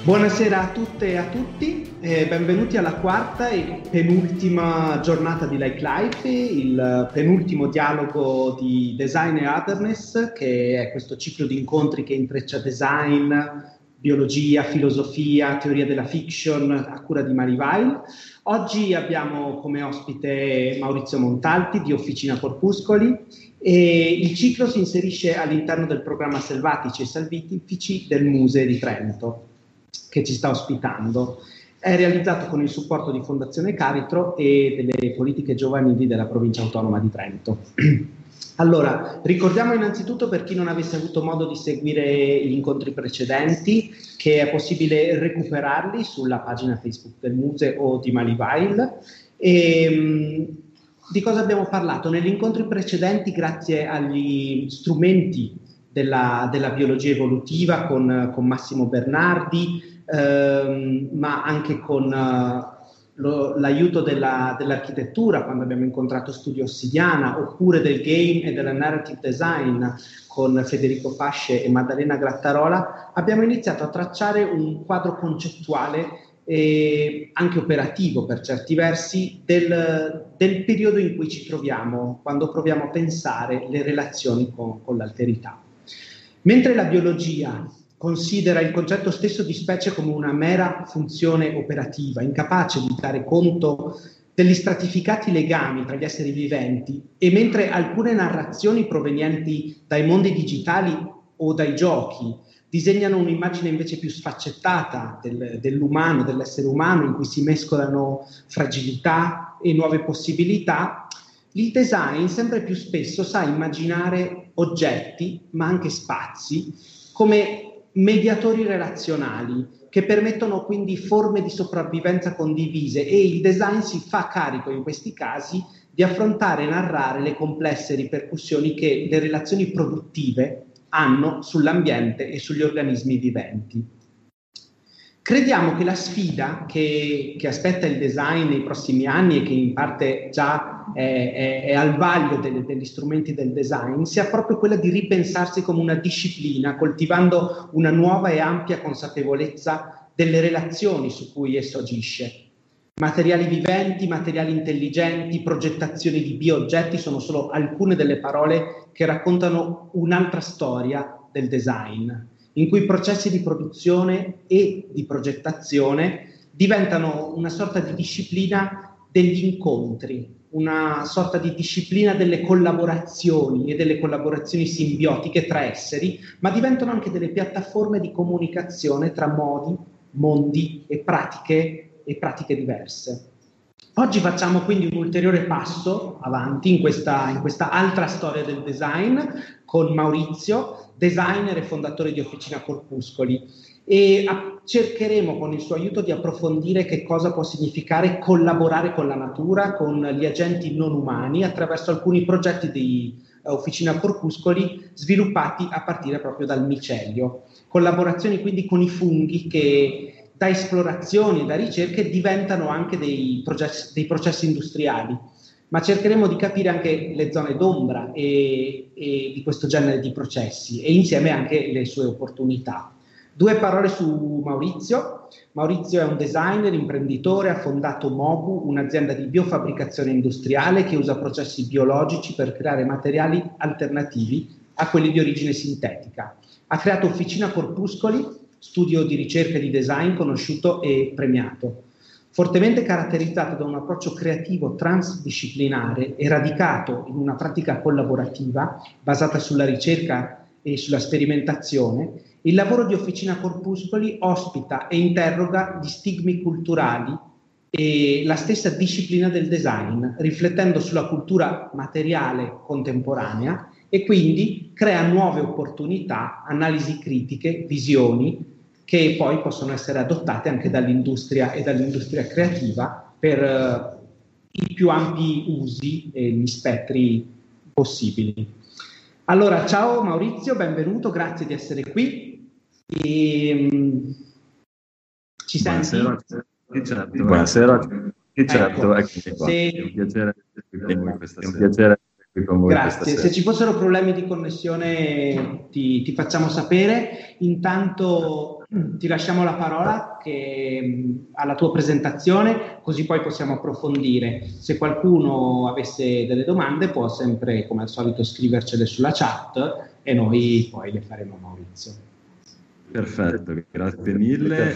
Buonasera a tutte e a tutti, benvenuti alla quarta e penultima giornata di Like Life, il penultimo dialogo di Design e Otherness, che è questo ciclo di incontri che intreccia design, biologia, filosofia, teoria della fiction a cura di Mary Weil. Oggi abbiamo come ospite Maurizio Montalti di Officina Corpuscoli e il ciclo si inserisce all'interno del programma Selvatici e Salvifici del Museo di Trento, che ci sta ospitando. È realizzato con il supporto di Fondazione Caritro e delle politiche giovanili della provincia autonoma di Trento. Allora, ricordiamo innanzitutto, per chi non avesse avuto modo di seguire gli incontri precedenti, che è possibile recuperarli sulla pagina Facebook del Museo o di Mary Weil. Di cosa abbiamo parlato? Negli incontri precedenti, grazie agli strumenti della biologia evolutiva con Massimo Bernardi, ma anche con l'aiuto dell'architettura, quando abbiamo incontrato Studio Ossidiana, oppure del game e della narrative design con Federico Fasce e Maddalena Grattarola, abbiamo iniziato a tracciare un quadro concettuale e anche operativo per certi versi del periodo in cui ci troviamo, quando proviamo a pensare le relazioni con l'alterità. Mentre la biologia considera il concetto stesso di specie come una mera funzione operativa, incapace di dare conto degli stratificati legami tra gli esseri viventi, e mentre alcune narrazioni provenienti dai mondi digitali o dai giochi disegnano un'immagine invece più sfaccettata dell'umano, dell'essere umano, in cui si mescolano fragilità e nuove possibilità, il design sempre più spesso sa immaginare oggetti, ma anche spazi, come mediatori relazionali che permettono quindi forme di sopravvivenza condivise, e il design si fa carico in questi casi di affrontare e narrare le complesse ripercussioni che le relazioni produttive hanno sull'ambiente e sugli organismi viventi. Crediamo che la sfida che aspetta il design nei prossimi anni, e che in parte già è al vaglio degli strumenti del design, sia proprio quella di ripensarsi come una disciplina, coltivando una nuova e ampia consapevolezza delle relazioni su cui esso agisce. Materiali viventi, materiali intelligenti, progettazioni di biooggetti sono solo alcune delle parole che raccontano un'altra storia del design, in cui i processi di produzione e di progettazione diventano una sorta di disciplina degli incontri, una sorta di disciplina delle collaborazioni e delle collaborazioni simbiotiche tra esseri, ma diventano anche delle piattaforme di comunicazione tra modi, mondi e pratiche diverse. Oggi facciamo quindi un ulteriore passo avanti in questa altra storia del design con Maurizio, designer e fondatore di Officina Corpuscoli, e cercheremo con il suo aiuto di approfondire che cosa può significare collaborare con la natura, con gli agenti non umani, attraverso alcuni progetti di Officina Corpuscoli sviluppati a partire proprio dal micelio. Collaborazioni quindi con i funghi che da esplorazioni e da ricerche diventano anche dei processi industriali, ma cercheremo di capire anche le zone d'ombra e di questo genere di processi, e insieme anche le sue opportunità. Due parole su Maurizio. Maurizio è un designer, imprenditore, ha fondato Mobu, un'azienda di biofabbricazione industriale che usa processi biologici per creare materiali alternativi a quelli di origine sintetica. Ha creato Officina Corpuscoli, studio di ricerca e di design conosciuto e premiato, fortemente caratterizzato da un approccio creativo transdisciplinare e radicato in una pratica collaborativa basata sulla ricerca e sulla sperimentazione. Il lavoro di Officina Corpuscoli ospita e interroga gli stigmi culturali e la stessa disciplina del design, riflettendo sulla cultura materiale contemporanea, e quindi crea nuove opportunità, analisi critiche, visioni che poi possono essere adottate anche dall'industria e dall'industria creativa per i più ampi usi e gli spettri possibili. Allora, ciao Maurizio, benvenuto, grazie di essere qui. Ci senti? Buonasera. Certo, eccomi qua. È un piacere qui con voi. Grazie. Se ci fossero problemi di connessione ti facciamo sapere. Intanto ti lasciamo la parola alla tua presentazione, così poi possiamo approfondire. Se qualcuno avesse delle domande può sempre, come al solito, scrivercele sulla chat e noi poi le faremo a Maurizio. Perfetto, grazie mille.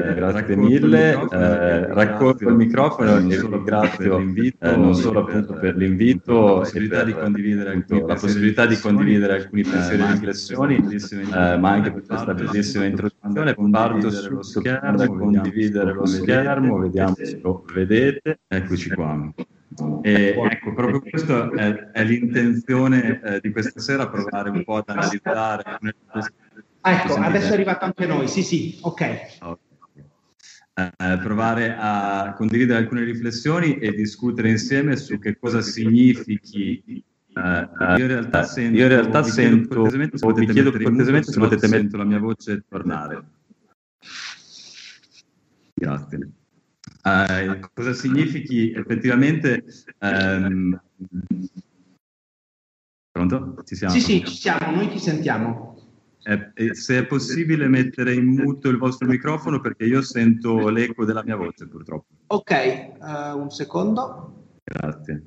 Raccolgo il microfono e vi ringrazio non solo appunto per l'invito e per la possibilità di condividere alcuni pensieri e riflessioni, ma anche per questa bellissima introduzione. Parto subito da condividere lo schermo, vediamo se lo vedete. Eccoci qua. E ecco, proprio questa è l'intenzione di questa sera, provare un po' ad analizzare alcune ecco, adesso è arrivato anche noi, sì, ok. Provare a condividere alcune riflessioni e discutere insieme su che cosa significhi. Io in realtà sento, vi chiedo cortesemente se potete mettere la mia voce tornare. Grazie. Cosa significhi effettivamente... Pronto? Ci siamo? Sì, ci siamo, noi ti sentiamo. Se è possibile mettere in muto il vostro microfono, perché io sento l'eco della mia voce, purtroppo. Ok, un secondo. Grazie.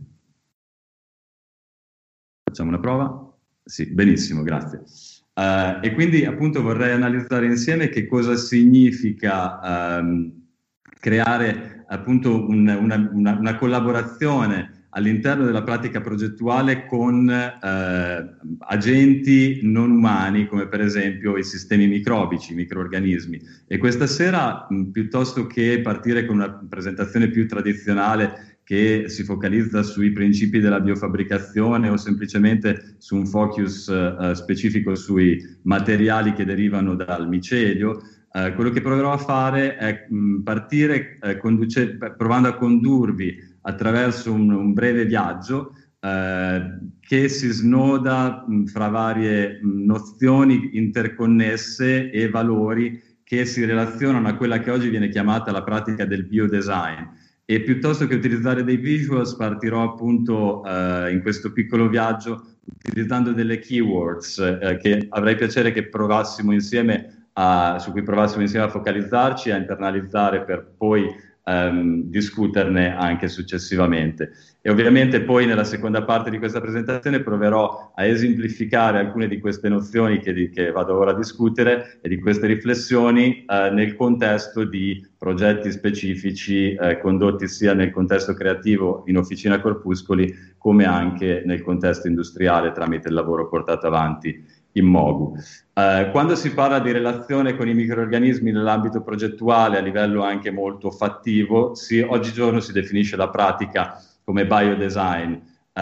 Facciamo una prova? Sì, benissimo, grazie. E quindi appunto vorrei analizzare insieme che cosa significa creare appunto una collaborazione all'interno della pratica progettuale con agenti non umani, come per esempio i sistemi microbici, i microorganismi. E questa sera, piuttosto che partire con una presentazione più tradizionale che si focalizza sui principi della biofabbricazione o semplicemente su un focus specifico sui materiali che derivano dal micelio, quello che proverò a fare è partire provando a condurvi attraverso un breve viaggio che si snoda fra varie nozioni interconnesse e valori che si relazionano a quella che oggi viene chiamata la pratica del biodesign. E piuttosto che utilizzare dei visuals, partirò appunto in questo piccolo viaggio utilizzando delle keywords che avrei piacere che provassimo insieme su cui provassimo insieme a focalizzarci, a internalizzare per poi discuterne anche successivamente. E ovviamente poi nella seconda parte di questa presentazione proverò a esemplificare alcune di queste nozioni che vado ora a discutere e di queste riflessioni nel contesto di progetti specifici condotti sia nel contesto creativo in Officina Corpuscoli come anche nel contesto industriale tramite il lavoro portato avanti in Mogu. Quando si parla di relazione con i microrganismi nell'ambito progettuale a livello anche molto fattivo, oggigiorno si definisce la pratica come biodesign.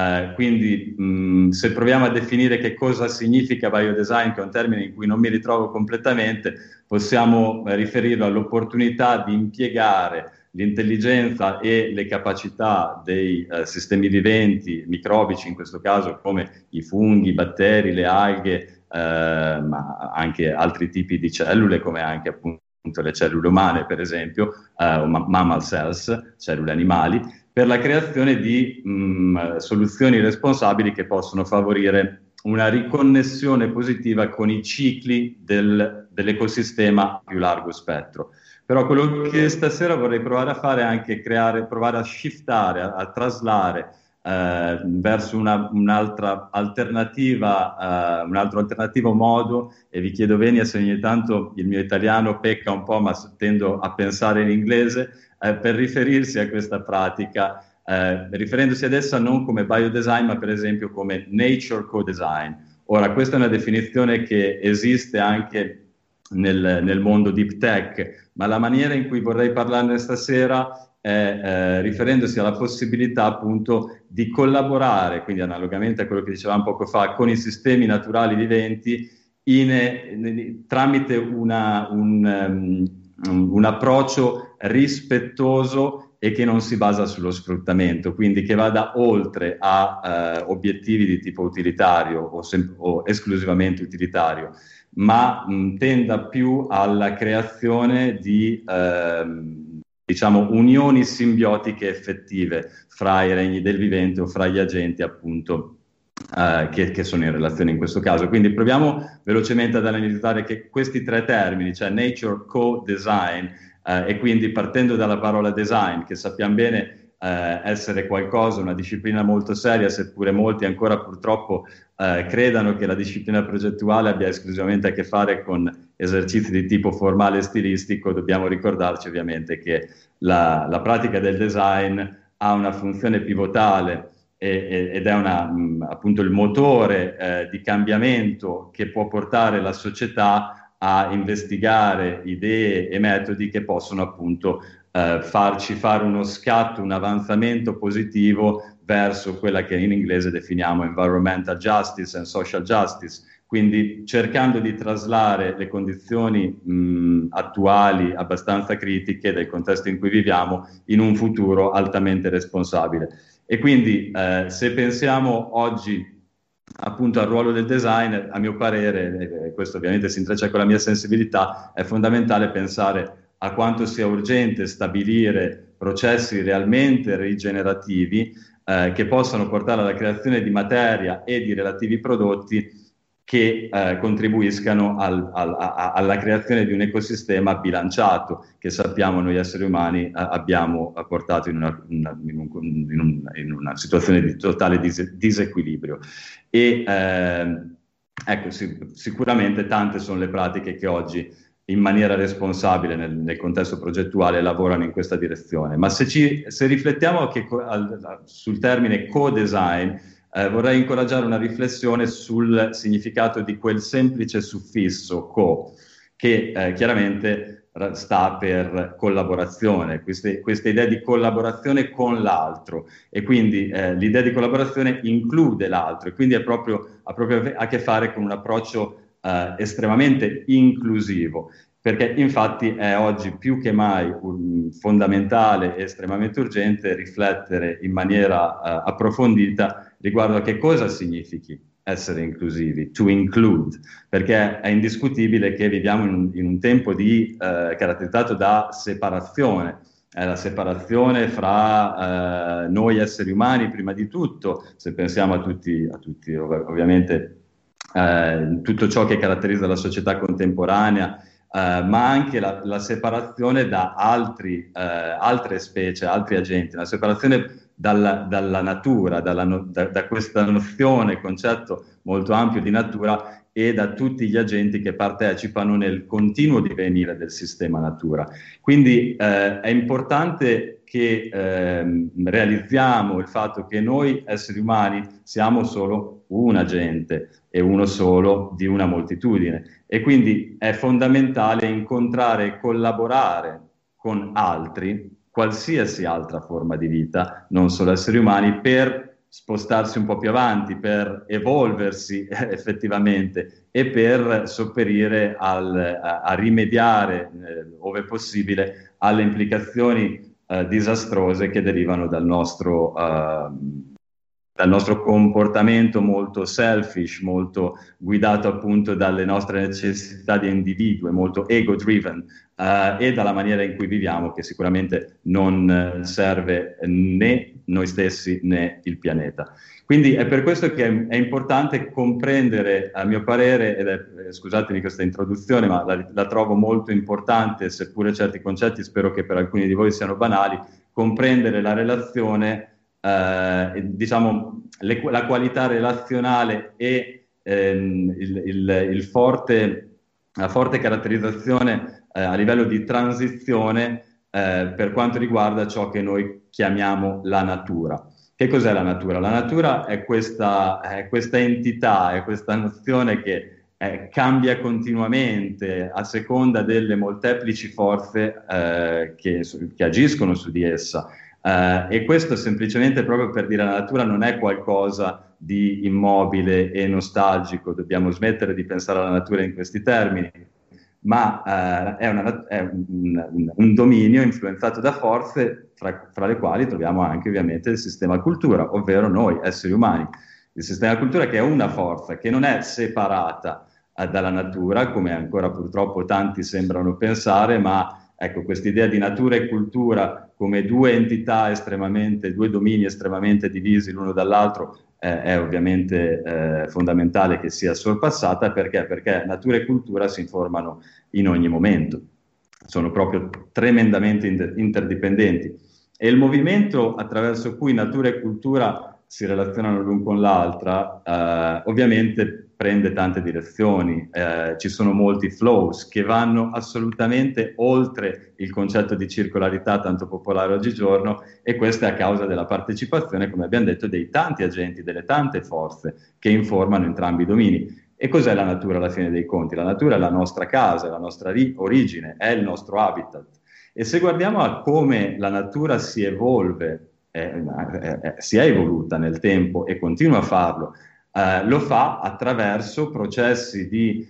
Quindi se proviamo a definire che cosa significa biodesign, che è un termine in cui non mi ritrovo completamente, possiamo riferirlo all'opportunità di impiegare l'intelligenza e le capacità dei sistemi viventi, microbici in questo caso, come i funghi, i batteri, le alghe, ma anche altri tipi di cellule, come anche appunto le cellule umane, per esempio, mammal cells, cellule animali, per la creazione di soluzioni responsabili che possono favorire una riconnessione positiva con i cicli dell'ecosistema a più largo spettro. Però quello che stasera vorrei provare a fare è anche provare a shiftare, a traslare verso un'altra alternativa, un altro alternativo modo, e vi chiedo venia se ogni tanto il mio italiano pecca un po', ma tendo a pensare in inglese, per riferirsi a questa pratica, riferendosi ad essa non come biodesign, ma per esempio come nature co-design. Ora, questa è una definizione che esiste anche nel mondo deep tech, ma la maniera in cui vorrei parlarne stasera è riferendosi alla possibilità appunto di collaborare, quindi analogamente a quello che dicevamo poco fa, con i sistemi naturali viventi tramite un approccio rispettoso e che non si basa sullo sfruttamento, quindi che vada oltre a obiettivi di tipo utilitario o esclusivamente utilitario, ma tenda più alla creazione di diciamo unioni simbiotiche effettive fra i regni del vivente o fra gli agenti appunto che sono in relazione in questo caso. Quindi proviamo velocemente ad analizzare che questi tre termini, cioè nature, co-design, e quindi partendo dalla parola design, che sappiamo bene essere qualcosa, una disciplina molto seria, seppure molti ancora purtroppo credano che la disciplina progettuale abbia esclusivamente a che fare con esercizi di tipo formale e stilistico, dobbiamo ricordarci ovviamente che la pratica del design ha una funzione pivotale ed è appunto il motore di cambiamento che può portare la società a investigare idee e metodi che possono appunto farci fare uno scatto, un avanzamento positivo verso quella che in inglese definiamo environmental justice and social justice, quindi cercando di traslare le condizioni attuali abbastanza critiche del contesto in cui viviamo in un futuro altamente responsabile. E quindi se pensiamo oggi appunto al ruolo del design, a mio parere, e questo ovviamente si intreccia con la mia sensibilità, è fondamentale pensare a quanto sia urgente stabilire processi realmente rigenerativi che possano portare alla creazione di materia e di relativi prodotti che contribuiscano alla creazione di un ecosistema bilanciato che sappiamo noi esseri umani abbiamo portato in una situazione di totale disequilibrio. E ecco, sicuramente tante sono le pratiche che oggi in maniera responsabile nel contesto progettuale lavorano in questa direzione. Ma se riflettiamo sul termine co-design, vorrei incoraggiare una riflessione sul significato di quel semplice suffisso co, che chiaramente sta per collaborazione, questa idea di collaborazione con l'altro, e quindi l'idea di collaborazione include l'altro, e quindi ha proprio a che fare con un approccio estremamente inclusivo, perché infatti è oggi più che mai fondamentale e estremamente urgente riflettere in maniera approfondita riguardo a che cosa significhi essere inclusivi, to include, perché è indiscutibile che viviamo in un tempo caratterizzato da separazione. È la separazione fra noi esseri umani prima di tutto, se pensiamo a tutti ovviamente tutto ciò che caratterizza la società contemporanea, ma anche la separazione da altre specie, altri agenti, la separazione dalla natura, da questa nozione, concetto molto ampio di natura, e da tutti gli agenti che partecipano nel continuo divenire del sistema natura. Quindi è importante che realizziamo il fatto che noi esseri umani siamo solo un agente e uno solo di una moltitudine, e quindi è fondamentale incontrare e collaborare con altri, qualsiasi altra forma di vita, non solo esseri umani, per spostarsi un po' più avanti, per evolversi effettivamente e per sopperire a rimediare, ove possibile, alle implicazioni disastrose che derivano dal nostro comportamento molto selfish, molto guidato appunto dalle nostre necessità di individuo, molto ego-driven, e dalla maniera in cui viviamo, che sicuramente non serve né noi stessi né il pianeta. Quindi è per questo che è importante comprendere, a mio parere, scusatemi questa introduzione, ma la trovo molto importante, seppure certi concetti spero che per alcuni di voi siano banali, comprendere la relazione, diciamo, la qualità relazionale e la forte caratterizzazione a livello di transizione per quanto riguarda ciò che noi chiamiamo la natura. Che cos'è la natura? La natura è questa entità, è questa nozione che cambia continuamente a seconda delle molteplici forze che agiscono su di essa. E questo semplicemente proprio per dire la natura non è qualcosa di immobile e nostalgico, dobbiamo smettere di pensare alla natura in questi termini, ma è un dominio influenzato da forze fra le quali troviamo anche ovviamente il sistema cultura, ovvero noi esseri umani. Il sistema cultura, che è una forza che non è separata dalla natura, come ancora purtroppo tanti sembrano pensare, ma ecco, quest'idea di natura e cultura come due entità due domini estremamente divisi l'uno dall'altro, è ovviamente fondamentale che sia sorpassata. Perché natura e cultura si informano in ogni momento, sono proprio tremendamente interdipendenti. E il movimento attraverso cui natura e cultura si relazionano l'un con l'altra, ovviamente prende tante direzioni, ci sono molti flows che vanno assolutamente oltre il concetto di circolarità tanto popolare oggigiorno, e questo è a causa della partecipazione, come abbiamo detto, dei tanti agenti, delle tante forze che informano entrambi i domini. E cos'è la natura alla fine dei conti? La natura è la nostra casa, è la nostra origine, è il nostro habitat. E se guardiamo a come la natura si evolve, si è evoluta nel tempo e continua a farlo, lo fa attraverso processi di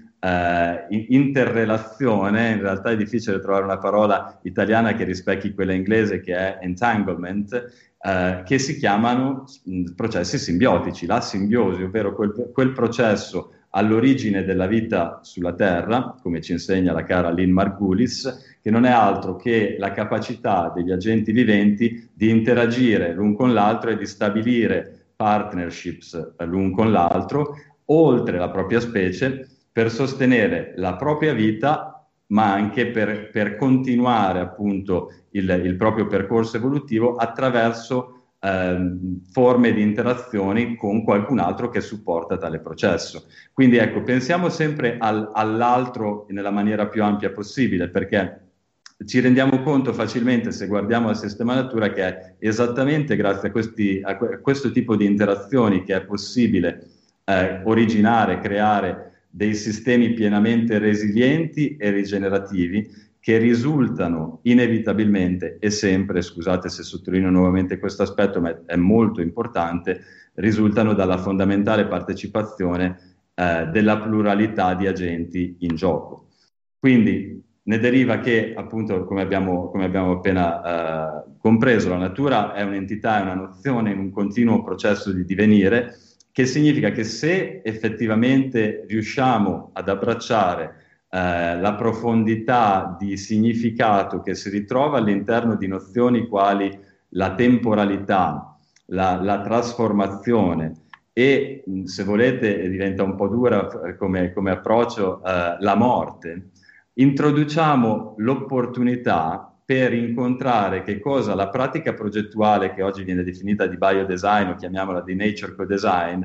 interrelazione. In realtà è difficile trovare una parola italiana che rispecchi quella inglese, che è entanglement, che si chiamano processi simbiotici. La simbiosi, ovvero quel processo all'origine della vita sulla Terra, come ci insegna la cara Lynn Margulis, che non è altro che la capacità degli agenti viventi di interagire l'un con l'altro e di stabilire partnerships l'un con l'altro, oltre la propria specie, per sostenere la propria vita, ma anche per continuare appunto il proprio percorso evolutivo attraverso forme di interazioni con qualcun altro che supporta tale processo. Quindi ecco, pensiamo sempre all'altro nella maniera più ampia possibile, perché ci rendiamo conto facilmente, se guardiamo al sistema natura, che è esattamente grazie a questo tipo di interazioni che è possibile originare, creare dei sistemi pienamente resilienti e rigenerativi, che risultano inevitabilmente e sempre, scusate se sottolineo nuovamente questo aspetto, ma è molto importante, risultano dalla fondamentale partecipazione della pluralità di agenti in gioco. Quindi ne deriva che, appunto, come abbiamo appena compreso, la natura è un'entità, è una nozione in un continuo processo di divenire, che significa che se effettivamente riusciamo ad abbracciare la profondità di significato che si ritrova all'interno di nozioni quali la temporalità, la trasformazione e, se volete, diventa un po' dura come approccio, la morte, introduciamo l'opportunità per incontrare che cosa la pratica progettuale, che oggi viene definita di biodesign o chiamiamola di nature co-design,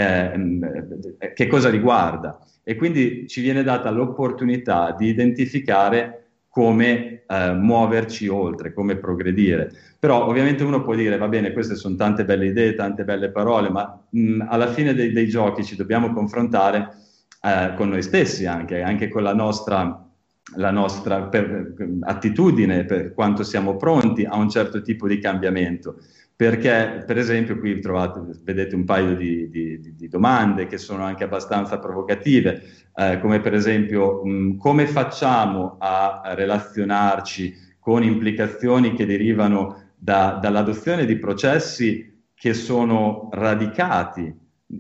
che cosa riguarda. E quindi ci viene data l'opportunità di identificare come muoverci oltre, come progredire. Però ovviamente uno può dire, va bene, queste sono tante belle idee, tante belle parole, ma alla fine dei giochi ci dobbiamo confrontare con noi stessi, anche con la nostra attitudine, per quanto siamo pronti a un certo tipo di cambiamento. Perché, per esempio, qui vedete un paio di domande che sono anche abbastanza provocative, come per esempio come facciamo a relazionarci con implicazioni che derivano dall'adozione di processi che sono radicati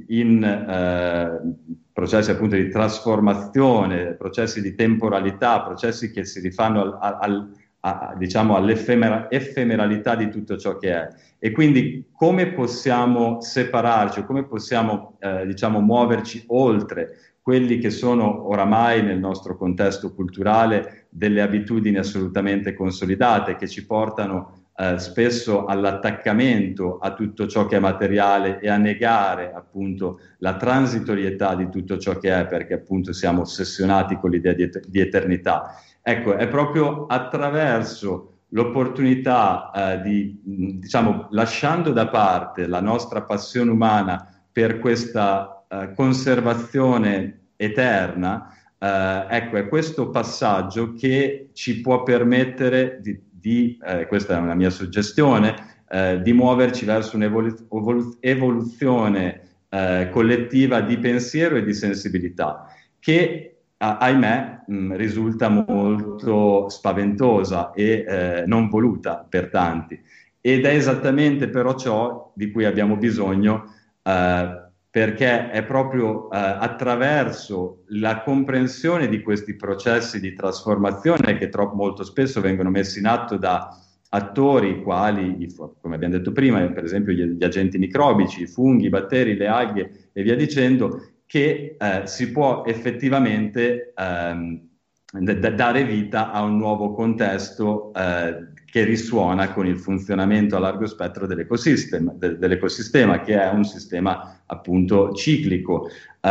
in processi appunto di trasformazione, processi di temporalità, processi che si rifanno diciamo all'effemeralità di tutto ciò che è. E quindi come possiamo separarci, come possiamo diciamo muoverci oltre quelli che sono oramai nel nostro contesto culturale delle abitudini assolutamente consolidate, che ci portano spesso all'attaccamento a tutto ciò che è materiale e a negare appunto la transitorietà di tutto ciò che è, perché appunto siamo ossessionati con l'idea di eternità. Ecco, è proprio attraverso l'opportunità diciamo, lasciando da parte la nostra passione umana per questa conservazione eterna, ecco, è questo passaggio che ci può permettere questa è una mia suggestione, di muoverci verso un'evoluzione collettiva di pensiero e di sensibilità, che ahimè risulta molto spaventosa e non voluta per tanti. Ed è esattamente però ciò di cui abbiamo bisogno, perché è proprio attraverso la comprensione di questi processi di trasformazione che molto spesso vengono messi in atto da attori quali, come abbiamo detto prima, per esempio gli agenti microbici, i funghi, i batteri, le alghe e via dicendo, che si può effettivamente dare vita a un nuovo contesto che risuona con il funzionamento a largo spettro dell'ecosistema, che è un sistema appunto ciclico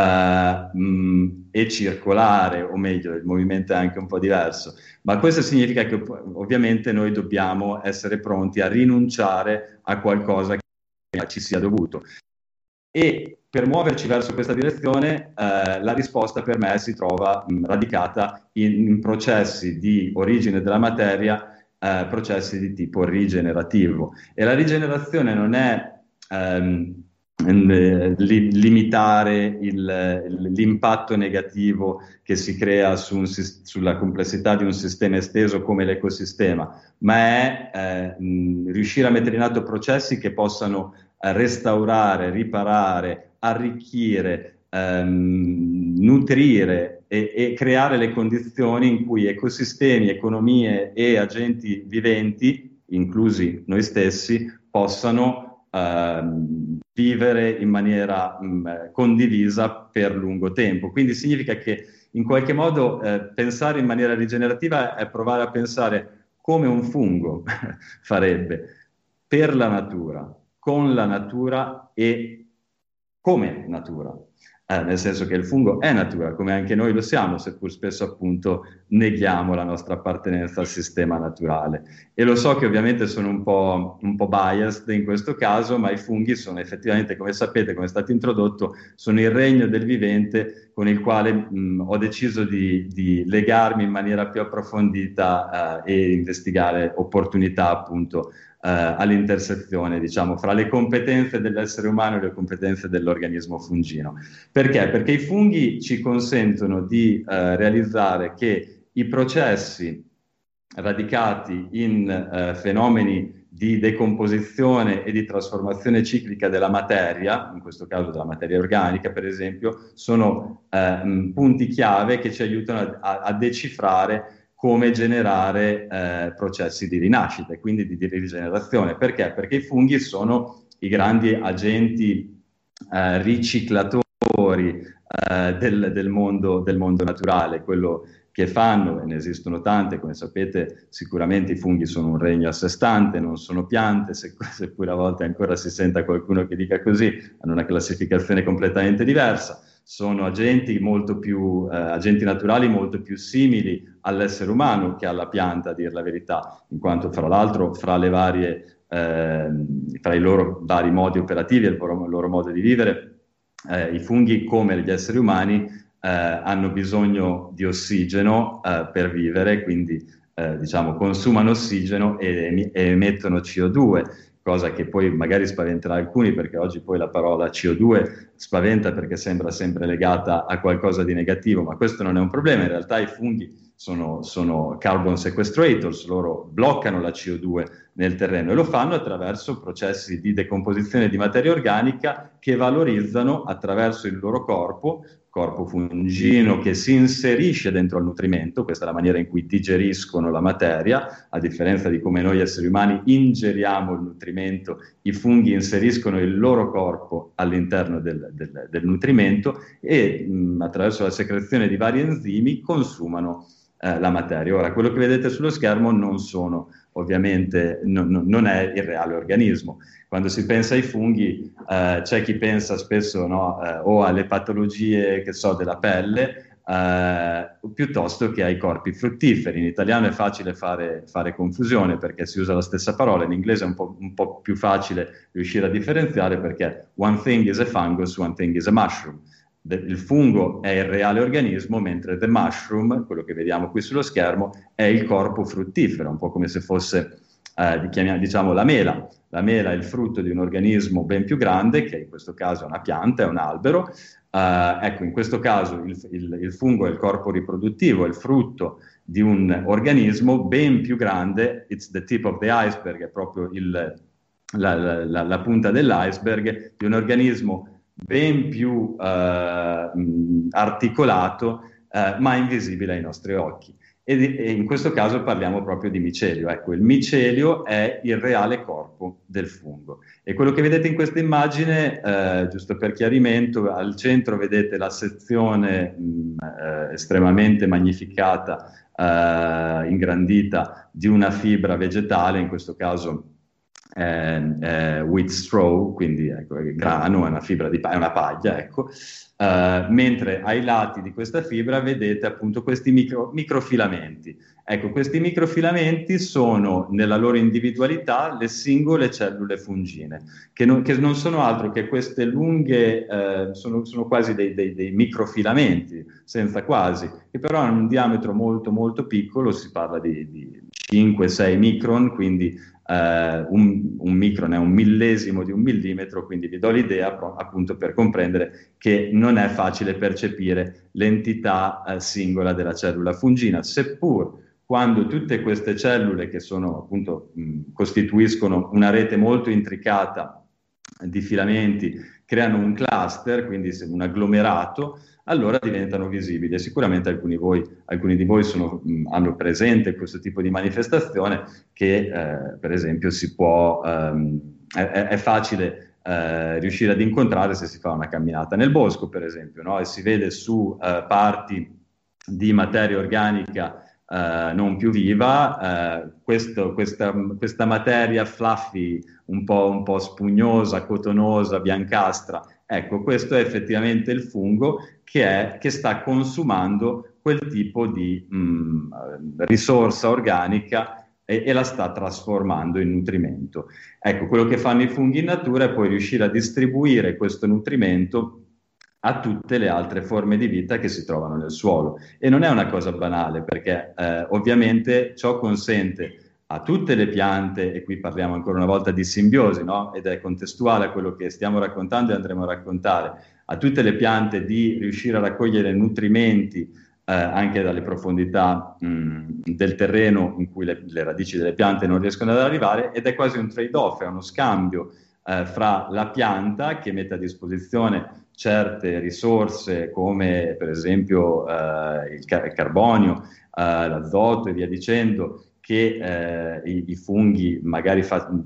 e circolare, o meglio, il movimento è anche un po' diverso. Ma questo significa che ovviamente noi dobbiamo essere pronti a rinunciare a qualcosa che ci sia dovuto. E per muoverci verso questa direzione, la risposta per me si trova radicata in processi di origine della materia, processi di tipo rigenerativo. E la rigenerazione non è limitare l'impatto negativo che si crea sulla complessità di un sistema esteso come l'ecosistema, ma è riuscire a mettere in atto processi che possano restaurare, riparare, arricchire, nutrire e creare le condizioni in cui ecosistemi, economie e agenti viventi, inclusi noi stessi, possano vivere in maniera condivisa per lungo tempo. Quindi significa che in qualche modo pensare in maniera rigenerativa è provare a pensare come un fungo farebbe per la natura, con la natura e come natura. Nel senso che il fungo è natura, come anche noi lo siamo, seppur spesso appunto neghiamo la nostra appartenenza al sistema naturale. E lo so che ovviamente sono un po' biased in questo caso, ma i funghi sono effettivamente, come sapete, come è stato introdotto, sono il regno del vivente con il quale ho deciso di legarmi in maniera più approfondita e investigare opportunità appunto all'intersezione, diciamo, fra le competenze dell'essere umano e le competenze dell'organismo fungino. Perché? Perché i funghi ci consentono di realizzare che i processi radicati in fenomeni di decomposizione e di trasformazione ciclica della materia, in questo caso della materia organica per esempio, sono punti chiave che ci aiutano a decifrare come generare processi di rinascita e quindi di rigenerazione. Perché? Perché i funghi sono i grandi agenti riciclatori del mondo naturale, quello che fanno, e ne esistono tante, come sapete sicuramente i funghi sono un regno a sé stante, non sono piante, seppure a volte ancora si senta qualcuno che dica così, hanno una classificazione completamente diversa, sono agenti naturali molto più simili all'essere umano che alla pianta, a dir la verità, in quanto fra l'altro fra i loro vari modi operativi e il loro modo di vivere, i funghi come gli esseri umani hanno bisogno di ossigeno per vivere, quindi diciamo consumano ossigeno e emettono CO2, cosa che poi magari spaventerà alcuni, perché oggi poi la parola CO2 spaventa perché sembra sempre legata a qualcosa di negativo, ma questo non è un problema. In realtà i funghi sono carbon sequestrators, loro bloccano la CO2 nel terreno e lo fanno attraverso processi di decomposizione di materia organica che valorizzano attraverso il loro corpo fungino che si inserisce dentro il nutrimento, questa è la maniera in cui digeriscono la materia, a differenza di come noi esseri umani ingeriamo il nutrimento, i funghi inseriscono il loro corpo all'interno del nutrimento e attraverso la secrezione di vari enzimi consumano la materia. Ora, quello che vedete sullo schermo non sono ovviamente, non è il reale organismo. Quando si pensa ai funghi, c'è chi pensa spesso o alle patologie, che so, della pelle, piuttosto che ai corpi fruttiferi. In italiano è facile fare confusione perché si usa la stessa parola, in inglese è un po' più facile riuscire a differenziare perché one thing is a fungus, one thing is a mushroom. Il fungo è il reale organismo, mentre the mushroom, quello che vediamo qui sullo schermo, è il corpo fruttifero, un po' come se fosse, diciamo, la mela. La mela è il frutto di un organismo ben più grande, che in questo caso è una pianta, è un albero. Ecco, in questo caso il fungo è il corpo riproduttivo, è il frutto di un organismo ben più grande, it's the tip of the iceberg, è proprio la punta dell'iceberg, di un organismo ben più articolato, ma invisibile ai nostri occhi. e in questo caso parliamo proprio di micelio. Ecco, il micelio è il reale corpo del fungo. E quello che vedete in questa immagine, giusto per chiarimento, al centro vedete la sezione estremamente magnificata, ingrandita, di una fibra vegetale, in questo caso wheat straw, quindi ecco, grano, è una fibra è una paglia, ecco. Mentre ai lati di questa fibra vedete appunto questi microfilamenti. Ecco, questi microfilamenti sono nella loro individualità le singole cellule fungine, che non sono altro che queste lunghe, sono quasi dei microfilamenti, senza quasi, che però hanno un diametro molto molto piccolo, si parla di 5-6 micron, quindi un micron è un millesimo di un millimetro, quindi vi do l'idea appunto per comprendere che non è facile percepire l'entità singola della cellula fungina, seppur quando tutte queste cellule che sono appunto costituiscono una rete molto intricata di filamenti, creano un cluster, quindi un agglomerato, allora diventano visibili. Sicuramente alcuni di voi hanno presente questo tipo di manifestazione che per esempio è facile riuscire ad incontrare se si fa una camminata nel bosco, per esempio, no? E si vede su parti di materia organica non più viva, questa materia fluffy, un po' spugnosa, cotonosa, biancastra. Ecco, questo è effettivamente il fungo che sta consumando quel tipo di risorsa organica e la sta trasformando in nutrimento. Ecco, quello che fanno i funghi in natura è poi riuscire a distribuire questo nutrimento a tutte le altre forme di vita che si trovano nel suolo. E non è una cosa banale, perché ovviamente ciò consente a tutte le piante, e qui parliamo ancora una volta di simbiosi, no? Ed è contestuale a quello che stiamo raccontando e andremo a raccontare, a tutte le piante di riuscire a raccogliere nutrimenti anche dalle profondità del terreno in cui le radici delle piante non riescono ad arrivare, ed è quasi un trade-off, è uno scambio fra la pianta che mette a disposizione certe risorse come per esempio il carbonio, l'azoto e via dicendo, che i funghi magari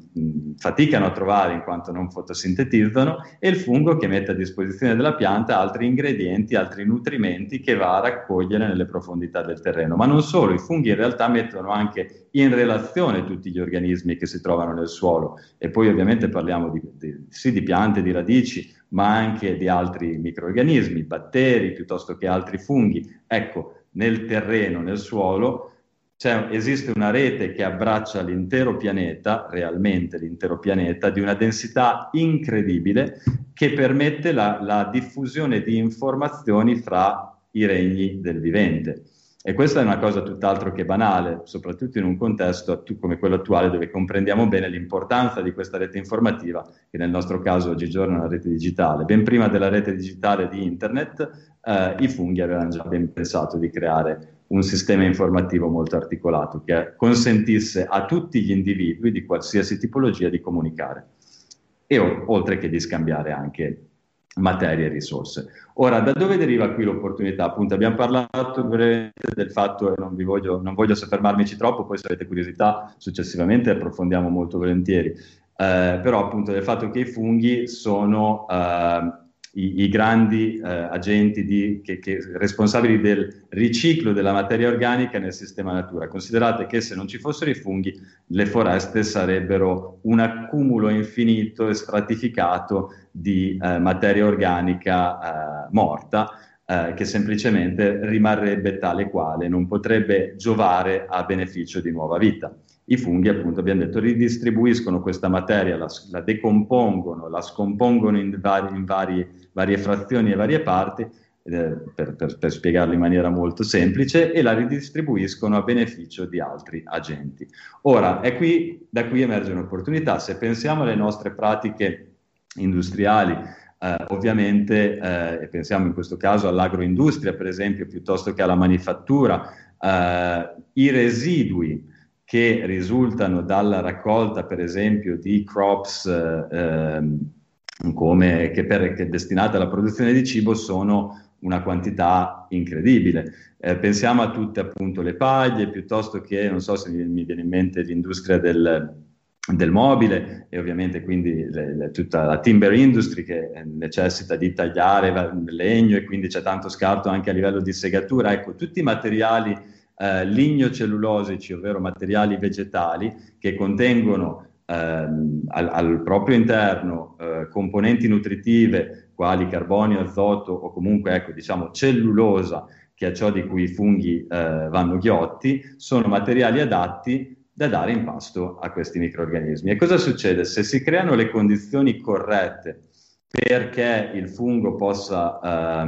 faticano a trovare in quanto non fotosintetizzano, e il fungo che mette a disposizione della pianta altri ingredienti, altri nutrimenti che va a raccogliere nelle profondità del terreno. Ma non solo, i funghi in realtà mettono anche in relazione tutti gli organismi che si trovano nel suolo, e poi ovviamente parliamo sì di piante, di radici, ma anche di altri microrganismi, batteri, piuttosto che altri funghi. Ecco, nel terreno, nel suolo, esiste una rete che abbraccia l'intero pianeta, realmente l'intero pianeta, di una densità incredibile, che permette la diffusione di informazioni fra i regni del vivente. E questa è una cosa tutt'altro che banale, soprattutto in un contesto come quello attuale, dove comprendiamo bene l'importanza di questa rete informativa, che nel nostro caso oggigiorno è una rete digitale. Ben prima della rete digitale di Internet, i funghi avevano già ben pensato di creare un sistema informativo molto articolato che consentisse a tutti gli individui di qualsiasi tipologia di comunicare, e oltre che di scambiare anche materie e risorse. Ora, da dove deriva qui l'opportunità? Appunto, abbiamo parlato brevemente del fatto, e non voglio soffermarmici troppo, poi se avete curiosità successivamente approfondiamo molto volentieri, però appunto del fatto che i funghi sono i grandi agenti responsabili del riciclo della materia organica nel sistema natura. Considerate che se non ci fossero i funghi, le foreste sarebbero un accumulo infinito e stratificato di materia organica morta, che semplicemente rimarrebbe tale quale, non potrebbe giovare a beneficio di nuova vita. I funghi, appunto, abbiamo detto, ridistribuiscono questa materia, la decompongono, la scompongono in varie frazioni e varie parti, per spiegarlo in maniera molto semplice, e la ridistribuiscono a beneficio di altri agenti. Ora, da qui emerge un'opportunità. Se pensiamo alle nostre pratiche industriali, ovviamente, e pensiamo in questo caso all'agroindustria, per esempio, piuttosto che alla manifattura, i residui che risultano dalla raccolta, per esempio, di crops che destinate alla produzione di cibo sono una quantità incredibile. Pensiamo a tutte appunto le paglie, piuttosto che, non so se mi viene in mente l'industria del mobile e ovviamente quindi tutta la timber industry che necessita di tagliare legno e quindi c'è tanto scarto anche a livello di segatura. Ecco, tutti i materiali lignocellulosici, ovvero materiali vegetali che contengono al proprio interno componenti nutritive quali carbonio, azoto o comunque ecco, diciamo cellulosa, che è ciò di cui i funghi vanno ghiotti, sono materiali adatti da dare in pasto a questi microrganismi. E cosa succede? Se si creano le condizioni corrette perché il fungo possa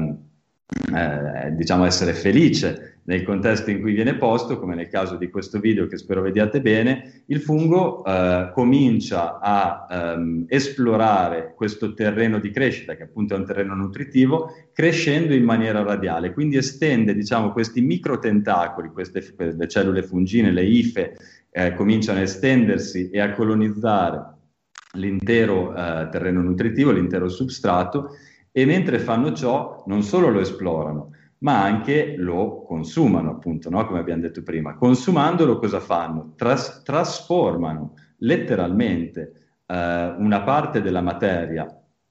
diciamo essere felice nel contesto in cui viene posto, come nel caso di questo video che spero vediate bene, il fungo comincia a esplorare questo terreno di crescita, che appunto è un terreno nutritivo, crescendo in maniera radiale, quindi estende, diciamo, questi microtentacoli, le cellule fungine, le ife, cominciano a estendersi e a colonizzare l'intero terreno nutritivo, l'intero substrato, e mentre fanno ciò non solo lo esplorano, ma anche lo consumano, appunto, no? Come abbiamo detto prima. Consumandolo cosa fanno? Trasformano letteralmente una parte della materia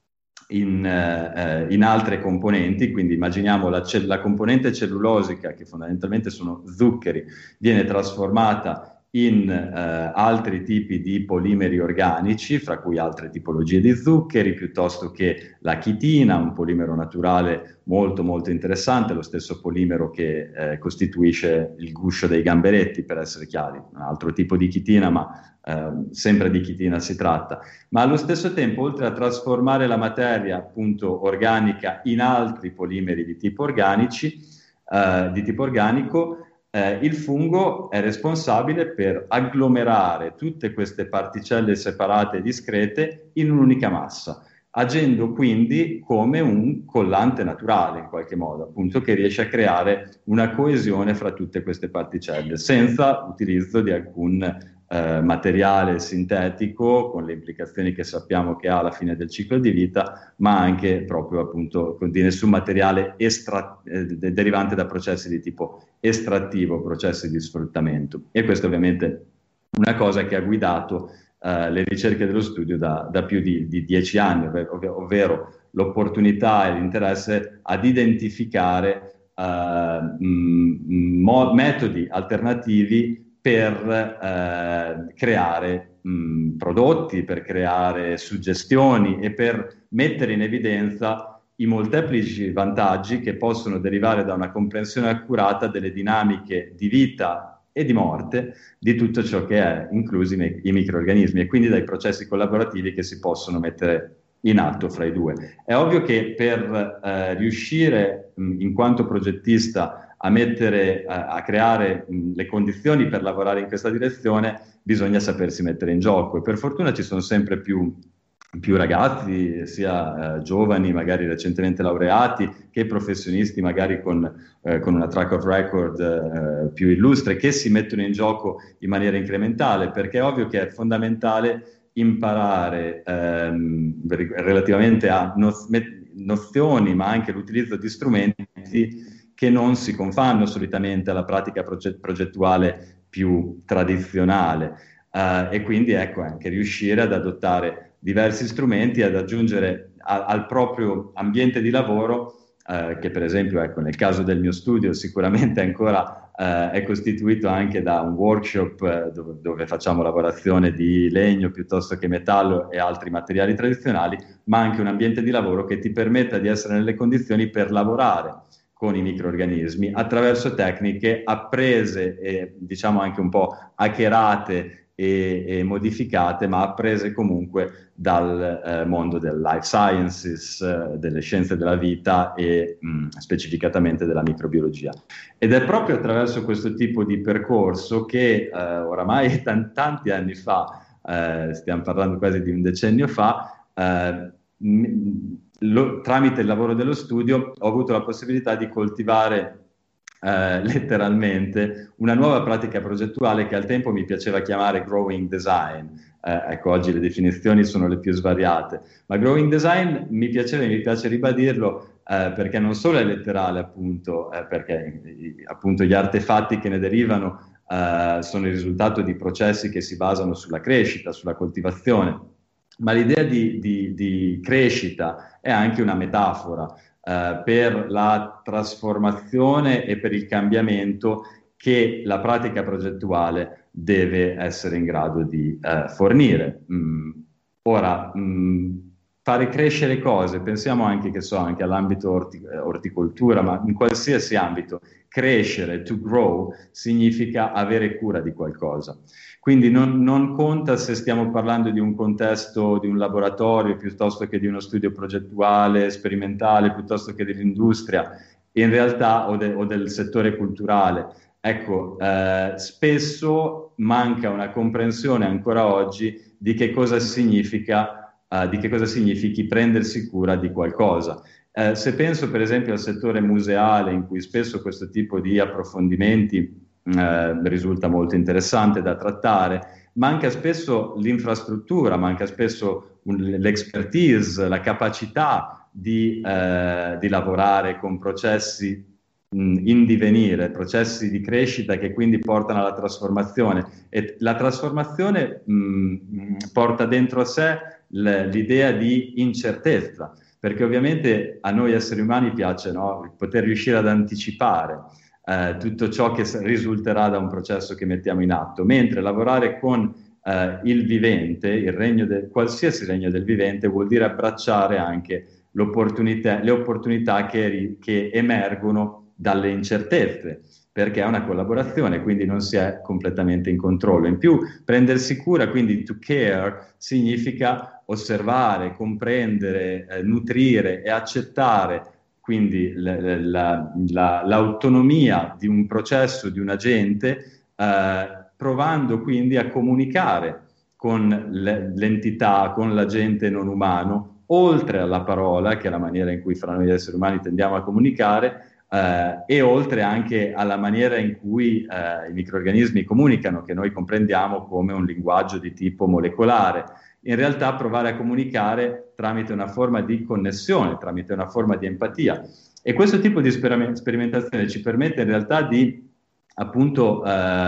in altre componenti, quindi immaginiamo la componente cellulosica, che fondamentalmente sono zuccheri, viene trasformata in altri tipi di polimeri organici, fra cui altre tipologie di zuccheri, piuttosto che la chitina, un polimero naturale molto molto interessante, lo stesso polimero che costituisce il guscio dei gamberetti, per essere chiari, un altro tipo di chitina, ma sempre di chitina si tratta. Ma allo stesso tempo, oltre a trasformare la materia appunto organica in altri polimeri di tipo organici, di tipo organico, il fungo è responsabile per agglomerare tutte queste particelle separate e discrete in un'unica massa, agendo quindi come un collante naturale in qualche modo, appunto, che riesce a creare una coesione fra tutte queste particelle, senza utilizzo di alcun materiale sintetico, con le implicazioni che sappiamo che ha alla fine del ciclo di vita, ma anche proprio appunto di nessun materiale derivante da processi di tipo estrattivo, processi di sfruttamento. E questo ovviamente è una cosa che ha guidato le ricerche dello studio da più di 10 anni, ovvero l'opportunità e l'interesse ad identificare metodi alternativi per creare prodotti, per creare suggestioni e per mettere in evidenza i molteplici vantaggi che possono derivare da una comprensione accurata delle dinamiche di vita e di morte di tutto ciò che è, inclusi i microrganismi, e quindi dai processi collaborativi che si possono mettere in atto fra i due. È ovvio che per riuscire in quanto progettista a creare le condizioni per lavorare in questa direzione, bisogna sapersi mettere in gioco, e per fortuna ci sono sempre più ragazzi, sia giovani, magari recentemente laureati, che professionisti, magari con una track of record più illustre, che si mettono in gioco in maniera incrementale, perché è ovvio che è fondamentale imparare relativamente a nozioni, ma anche l'utilizzo di strumenti che non si confanno solitamente alla pratica progettuale più tradizionale, e quindi ecco anche riuscire ad adottare diversi strumenti, ad aggiungere al proprio ambiente di lavoro, che per esempio ecco, nel caso del mio studio sicuramente ancora è costituito anche da un workshop dove facciamo lavorazione di legno piuttosto che metallo e altri materiali tradizionali, ma anche un ambiente di lavoro che ti permetta di essere nelle condizioni per lavorare con i microrganismi attraverso tecniche apprese e diciamo anche un po' hackerate e modificate, ma apprese comunque dal mondo del life sciences, delle scienze della vita e specificatamente della microbiologia. Ed è proprio attraverso questo tipo di percorso che oramai tanti anni fa, stiamo parlando quasi di un decennio fa, tramite il lavoro dello studio ho avuto la possibilità di coltivare letteralmente una nuova pratica progettuale che al tempo mi piaceva chiamare growing design. Ecco, oggi le definizioni sono le più svariate, ma growing design mi piace ribadirlo perché non solo è letterale, appunto, perché appunto gli artefatti che ne derivano sono il risultato di processi che si basano sulla crescita, sulla coltivazione, ma l'idea di crescita è anche una metafora per la trasformazione e per il cambiamento che la pratica progettuale deve essere in grado di fornire. Ora, fare crescere cose, pensiamo anche, che so, anche all'ambito orticoltura, ma in qualsiasi ambito, crescere, to grow, significa avere cura di qualcosa. Quindi non conta se stiamo parlando di un contesto, di un laboratorio, piuttosto che di uno studio progettuale, sperimentale, piuttosto che dell'industria, in realtà, o del settore culturale. Ecco, spesso manca una comprensione ancora oggi di che cosa significhi prendersi cura di qualcosa. Se penso per esempio al settore museale, in cui spesso questo tipo di approfondimenti risulta molto interessante da trattare, manca spesso l'infrastruttura, manca spesso l'expertise, la capacità di lavorare con processi in divenire, processi di crescita che quindi portano alla trasformazione, e la trasformazione porta dentro a sé l'idea di incertezza, perché ovviamente a noi esseri umani piace, no, poter riuscire ad anticipare tutto ciò che risulterà da un processo che mettiamo in atto, mentre lavorare con il vivente, qualsiasi regno del vivente, vuol dire abbracciare anche le opportunità che emergono dalle incertezze, perché è una collaborazione, quindi non si è completamente in controllo. In più, prendersi cura, quindi to care, significa osservare, comprendere, nutrire e accettare quindi l'autonomia di un processo, di un agente, provando quindi a comunicare con l'entità, con l'agente non umano, oltre alla parola, che è la maniera in cui fra noi esseri umani tendiamo a comunicare, e oltre anche alla maniera in cui i microrganismi comunicano, che noi comprendiamo come un linguaggio di tipo molecolare. In realtà provare a comunicare tramite una forma di connessione, tramite una forma di empatia. E questo tipo di sperimentazione ci permette in realtà di appunto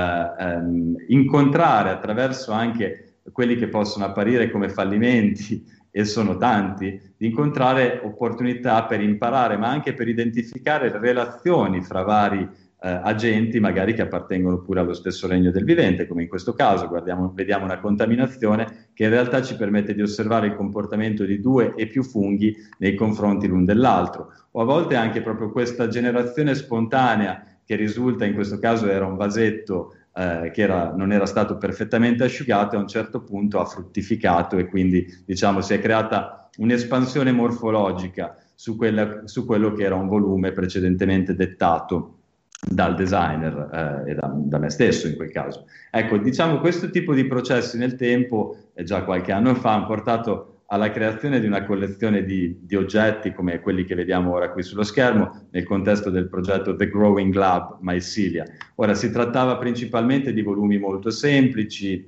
incontrare, attraverso anche quelli che possono apparire come fallimenti, e sono tanti, di incontrare opportunità per imparare, ma anche per identificare relazioni fra vari agenti, magari che appartengono pure allo stesso regno del vivente, come in questo caso vediamo una contaminazione che in realtà ci permette di osservare il comportamento di 2 e più funghi nei confronti l'un dell'altro, o a volte anche proprio questa generazione spontanea che risulta, in questo caso era un vasetto che non era stato perfettamente asciugato, e a un certo punto ha fruttificato, e quindi diciamo si è creata un'espansione morfologica su quello che era un volume precedentemente dettato dal designer e da me stesso in quel caso. Ecco, diciamo, questo tipo di processi nel tempo, già qualche anno fa, hanno portato alla creazione di una collezione di oggetti come quelli che vediamo ora qui sullo schermo, nel contesto del progetto The Growing Lab Mycelia. Ora, si trattava principalmente di volumi molto semplici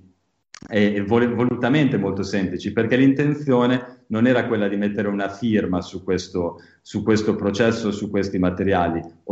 e volutamente molto semplici, perché l'intenzione non era quella di mettere una firma su questo processo, su questi materiali o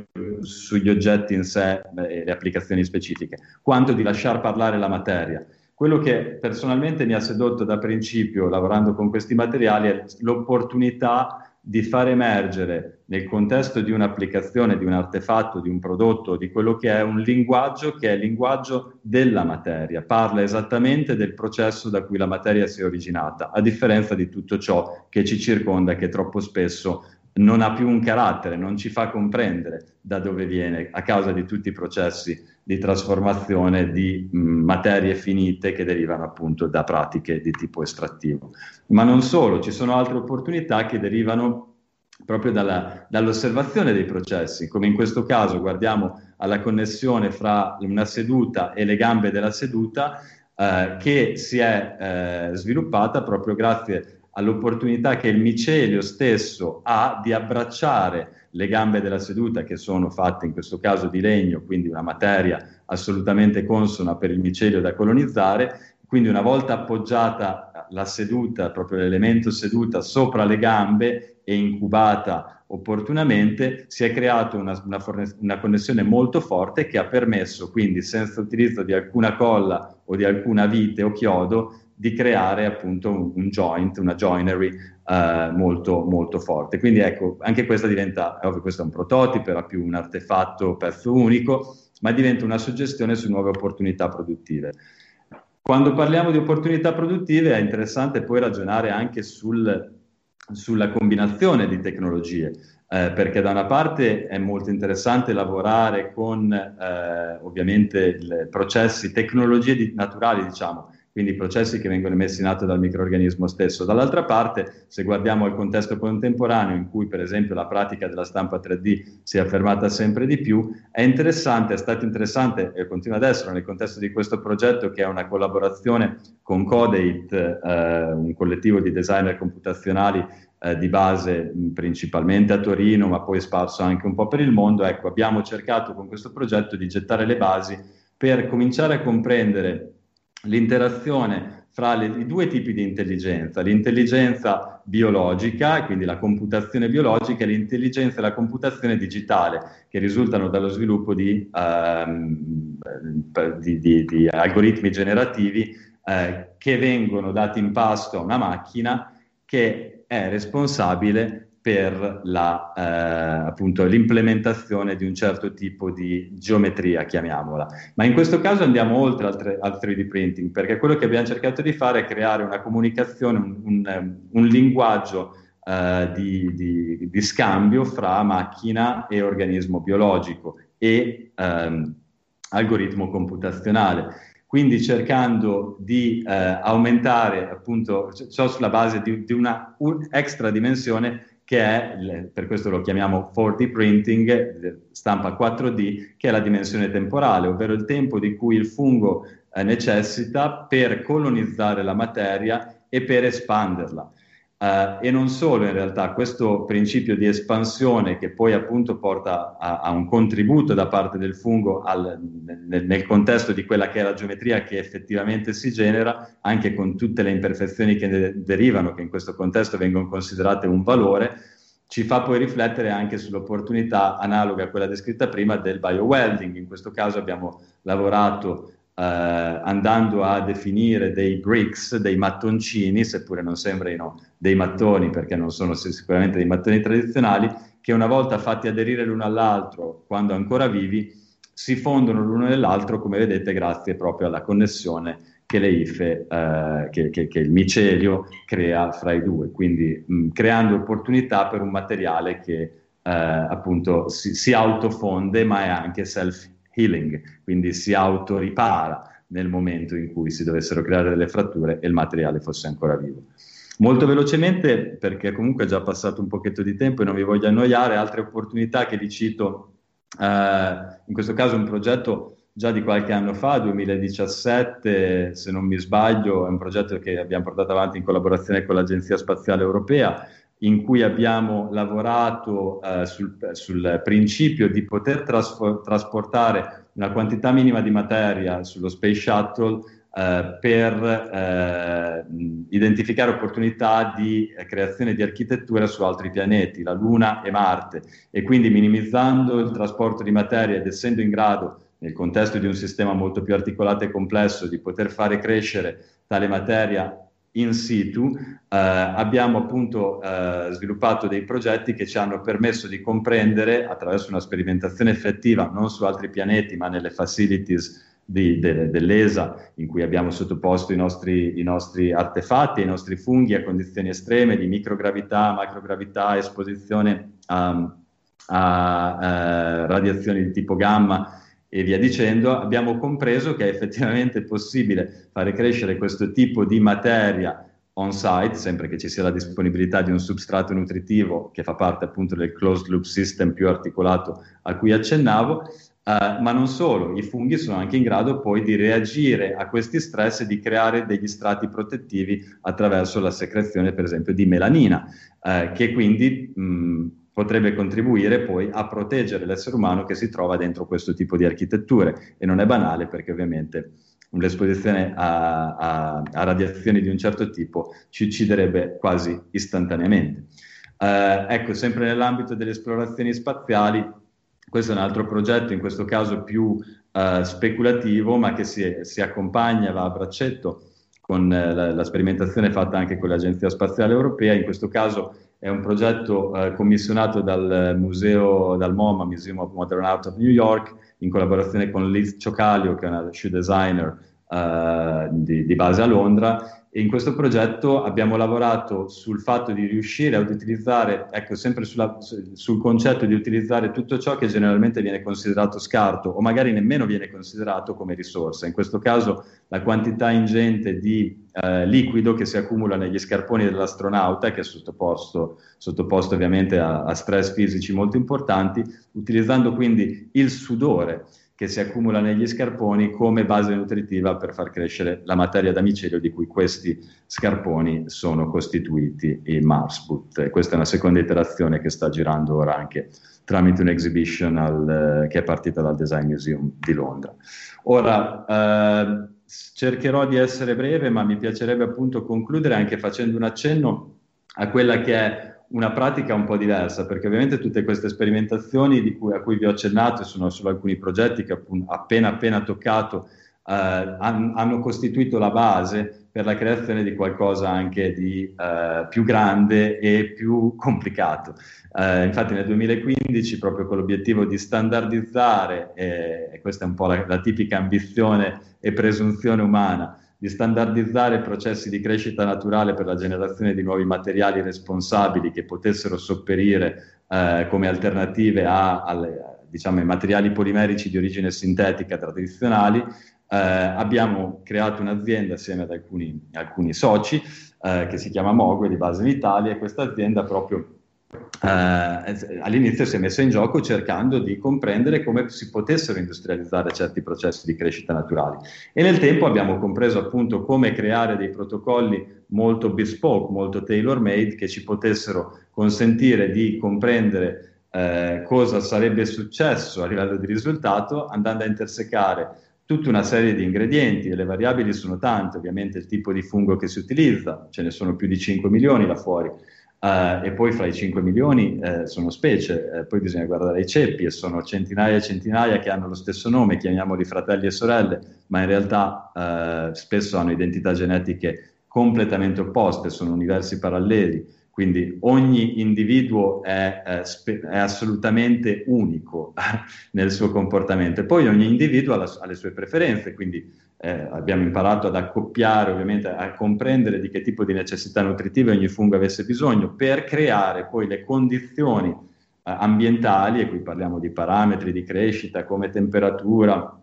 sugli oggetti in sé e le applicazioni specifiche, quanto di lasciar parlare la materia. Quello che personalmente mi ha sedotto da principio, lavorando con questi materiali, è l'opportunità di far emergere nel contesto di un'applicazione, di un artefatto, di un prodotto, di quello che è un linguaggio, che è il linguaggio della materia, parla esattamente del processo da cui la materia si è originata, a differenza di tutto ciò che ci circonda, che troppo spesso non ha più un carattere, non ci fa comprendere da dove viene, a causa di tutti i processi di trasformazione di materie finite che derivano appunto da pratiche di tipo estrattivo. Ma non solo, ci sono altre opportunità che derivano proprio dall'osservazione dei processi, come in questo caso guardiamo alla connessione fra una seduta e le gambe della seduta, che si è sviluppata proprio grazie all'opportunità che il micelio stesso ha di abbracciare le gambe della seduta, che sono fatte in questo caso di legno, quindi una materia assolutamente consona per il micelio da colonizzare. Quindi una volta appoggiata la seduta, proprio l'elemento seduta sopra le gambe, e incubata opportunamente, si è creata una connessione molto forte che ha permesso quindi, senza utilizzo di alcuna colla o di alcuna vite o chiodo, di creare appunto un joint, una joinery molto, molto forte. Quindi ecco, anche questa diventa, ovvio, questo è un prototipo, era più un artefatto pezzo unico, ma diventa una suggestione su nuove opportunità produttive. Quando parliamo di opportunità produttive è interessante poi ragionare anche sulla combinazione di tecnologie, perché da una parte è molto interessante lavorare con ovviamente processi, tecnologie naturali, diciamo, quindi processi che vengono messi in atto dal microrganismo stesso. Dall'altra parte, se guardiamo il contesto contemporaneo in cui per esempio la pratica della stampa 3D si è affermata sempre di più, è interessante, è stato interessante e continua ad essere nel contesto di questo progetto, che è una collaborazione con Codate, un collettivo di designer computazionali di base principalmente a Torino, ma poi sparso anche un po' per il mondo. Ecco, abbiamo cercato con questo progetto di gettare le basi per cominciare a comprendere l'interazione fra i due tipi di intelligenza, l'intelligenza biologica, quindi la computazione biologica, e l'intelligenza e la computazione digitale, che risultano dallo sviluppo di algoritmi generativi che vengono dati in pasto a una macchina che è responsabile per appunto l'implementazione di un certo tipo di geometria, chiamiamola. Ma in questo caso andiamo oltre al 3D printing, perché quello che abbiamo cercato di fare è creare una comunicazione, un linguaggio di scambio fra macchina e organismo biologico e algoritmo computazionale. Quindi cercando di aumentare appunto ciò sulla base di una extra dimensione che è, per questo lo chiamiamo 4D printing, stampa 4D, che è la dimensione temporale, ovvero il tempo di cui il fungo necessita per colonizzare la materia e per espanderla. E non solo, in realtà, questo principio di espansione, che poi appunto porta a un contributo da parte del fungo nel contesto di quella che è la geometria che effettivamente si genera, anche con tutte le imperfezioni che ne derivano, che in questo contesto vengono considerate un valore, ci fa poi riflettere anche sull'opportunità analoga a quella descritta prima del biowelding. In questo caso abbiamo lavorato andando a definire dei bricks, dei mattoncini, seppure non sembrino dei mattoni, perché non sono sicuramente dei mattoni tradizionali, che una volta fatti aderire l'uno all'altro, quando ancora vivi, si fondono l'uno nell'altro, come vedete, grazie proprio alla connessione che le ife, che il micelio crea fra i due, quindi creando opportunità per un materiale che appunto si autofonde, ma è anche self-healing, quindi si autoripara nel momento in cui si dovessero creare delle fratture e il materiale fosse ancora vivo. Molto velocemente, perché comunque è già passato un pochetto di tempo e non vi voglio annoiare, altre opportunità che vi cito, in questo caso un progetto già di qualche anno fa, 2017, se non mi sbaglio, è un progetto che abbiamo portato avanti in collaborazione con l'Agenzia Spaziale Europea, in cui abbiamo lavorato sul principio di poter trasportare una quantità minima di materia sullo Space Shuttle per identificare opportunità di creazione di architettura su altri pianeti, la Luna e Marte, e quindi minimizzando il trasporto di materia ed essendo in grado, nel contesto di un sistema molto più articolato e complesso, di poter fare crescere tale materia in situ, abbiamo appunto sviluppato dei progetti che ci hanno permesso di comprendere, attraverso una sperimentazione effettiva non su altri pianeti ma nelle facilities dell'ESA, in cui abbiamo sottoposto i nostri artefatti, i nostri funghi a condizioni estreme di microgravità, macrogravità, esposizione a radiazioni di tipo gamma e via dicendo, abbiamo compreso che è effettivamente possibile fare crescere questo tipo di materia on-site, sempre che ci sia la disponibilità di un substrato nutritivo che fa parte appunto del closed loop system più articolato a cui accennavo, ma non solo, i funghi sono anche in grado poi di reagire a questi stress e di creare degli strati protettivi attraverso la secrezione, per esempio, di melanina, che quindi potrebbe contribuire poi a proteggere l'essere umano che si trova dentro questo tipo di architetture. E non è banale, perché ovviamente l'esposizione a radiazioni di un certo tipo ci ucciderebbe quasi istantaneamente. Ecco, sempre nell'ambito delle esplorazioni spaziali, questo è un altro progetto, in questo caso più speculativo, ma che si accompagna, va a braccetto con la sperimentazione fatta anche con l'Agenzia Spaziale Europea. In questo caso è un progetto commissionato dal MoMA, Museum of Modern Art of New York, in collaborazione con Liz Ciocalio, che è una shoe designer di base a Londra. E in questo progetto abbiamo lavorato sul fatto di riuscire ad utilizzare, ecco, sempre sul concetto di utilizzare tutto ciò che generalmente viene considerato scarto o magari nemmeno viene considerato come risorsa. In questo caso la quantità ingente di liquido che si accumula negli scarponi dell'astronauta, che è sottoposto ovviamente a stress fisici molto importanti, utilizzando quindi il sudore che si accumula negli scarponi come base nutritiva per far crescere la materia da micelio di cui questi scarponi sono costituiti, i Marsboot. E questa è una seconda iterazione che sta girando ora anche tramite un'exhibition che è partita dal Design Museum di Londra. Ora, cercherò di essere breve, ma mi piacerebbe appunto concludere anche facendo un accenno a quella che è una pratica un po' diversa, perché ovviamente tutte queste sperimentazioni a cui vi ho accennato, sono solo alcuni progetti che appena toccato, hanno costituito la base per la creazione di qualcosa anche di più grande e più complicato. Infatti nel 2015, proprio con l'obiettivo di standardizzare, e questa è un po' la tipica ambizione e presunzione umana, di standardizzare processi di crescita naturale per la generazione di nuovi materiali responsabili che potessero sopperire come alternative diciamo, ai materiali polimerici di origine sintetica tradizionali. Abbiamo creato un'azienda assieme ad alcuni soci che si chiama Mogue, di base in Italia, e questa azienda proprio all'inizio si è messa in gioco cercando di comprendere come si potessero industrializzare certi processi di crescita naturali, e nel tempo abbiamo compreso appunto come creare dei protocolli molto bespoke, molto tailor-made, che ci potessero consentire di comprendere cosa sarebbe successo a livello di risultato andando a intersecare tutta una serie di ingredienti, e le variabili sono tante, ovviamente il tipo di fungo che si utilizza, ce ne sono più di 5 milioni là fuori, e poi fra i 5 milioni sono specie, poi bisogna guardare i ceppi, e sono centinaia e centinaia che hanno lo stesso nome, chiamiamoli fratelli e sorelle, ma in realtà spesso hanno identità genetiche completamente opposte, sono universi paralleli. Quindi ogni individuo è assolutamente unico nel suo comportamento, e poi ogni individuo ha le sue preferenze, quindi abbiamo imparato ad accoppiare, ovviamente a comprendere di che tipo di necessità nutritive ogni fungo avesse bisogno per creare poi le condizioni ambientali, e qui parliamo di parametri di crescita come temperatura,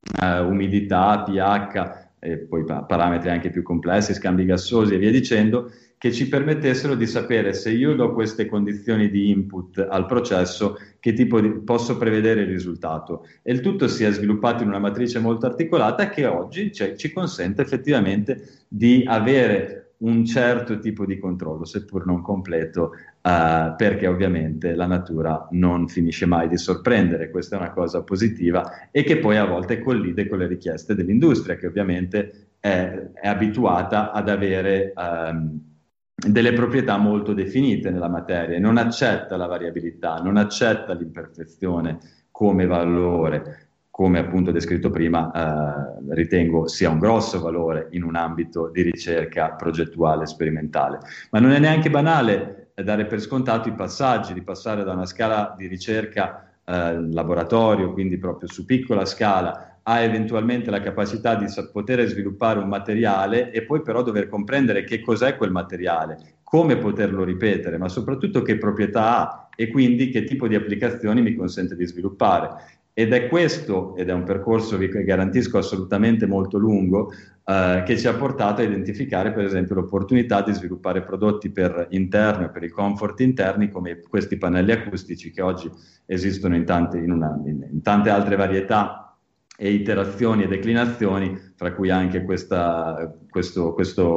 umidità, pH, e poi parametri anche più complessi, scambi gassosi e via dicendo, che ci permettessero di sapere, se io do queste condizioni di input al processo, che tipo posso prevedere il risultato. E il tutto si è sviluppato in una matrice molto articolata che oggi ci consente effettivamente di avere un certo tipo di controllo, seppur non completo, perché ovviamente la natura non finisce mai di sorprendere. Questa è una cosa positiva, e che poi a volte collide con le richieste dell'industria, che ovviamente è abituata ad avere delle proprietà molto definite nella materia, non accetta la variabilità, non accetta l'imperfezione come valore, come appunto descritto prima, ritengo sia un grosso valore in un ambito di ricerca progettuale sperimentale. Ma non è neanche banale dare per scontato i passaggi, di passare da una scala di ricerca laboratorio, quindi proprio su piccola scala, ha eventualmente la capacità di poter sviluppare un materiale, e poi però dover comprendere che cos'è quel materiale, come poterlo ripetere, ma soprattutto che proprietà ha, e quindi che tipo di applicazioni mi consente di sviluppare. Ed è questo, ed è un percorso, vi garantisco, assolutamente molto lungo, che ci ha portato a identificare per esempio l'opportunità di sviluppare prodotti per interno e per i comfort interni, come questi pannelli acustici che oggi esistono in tante altre varietà e iterazioni e declinazioni, fra cui anche questo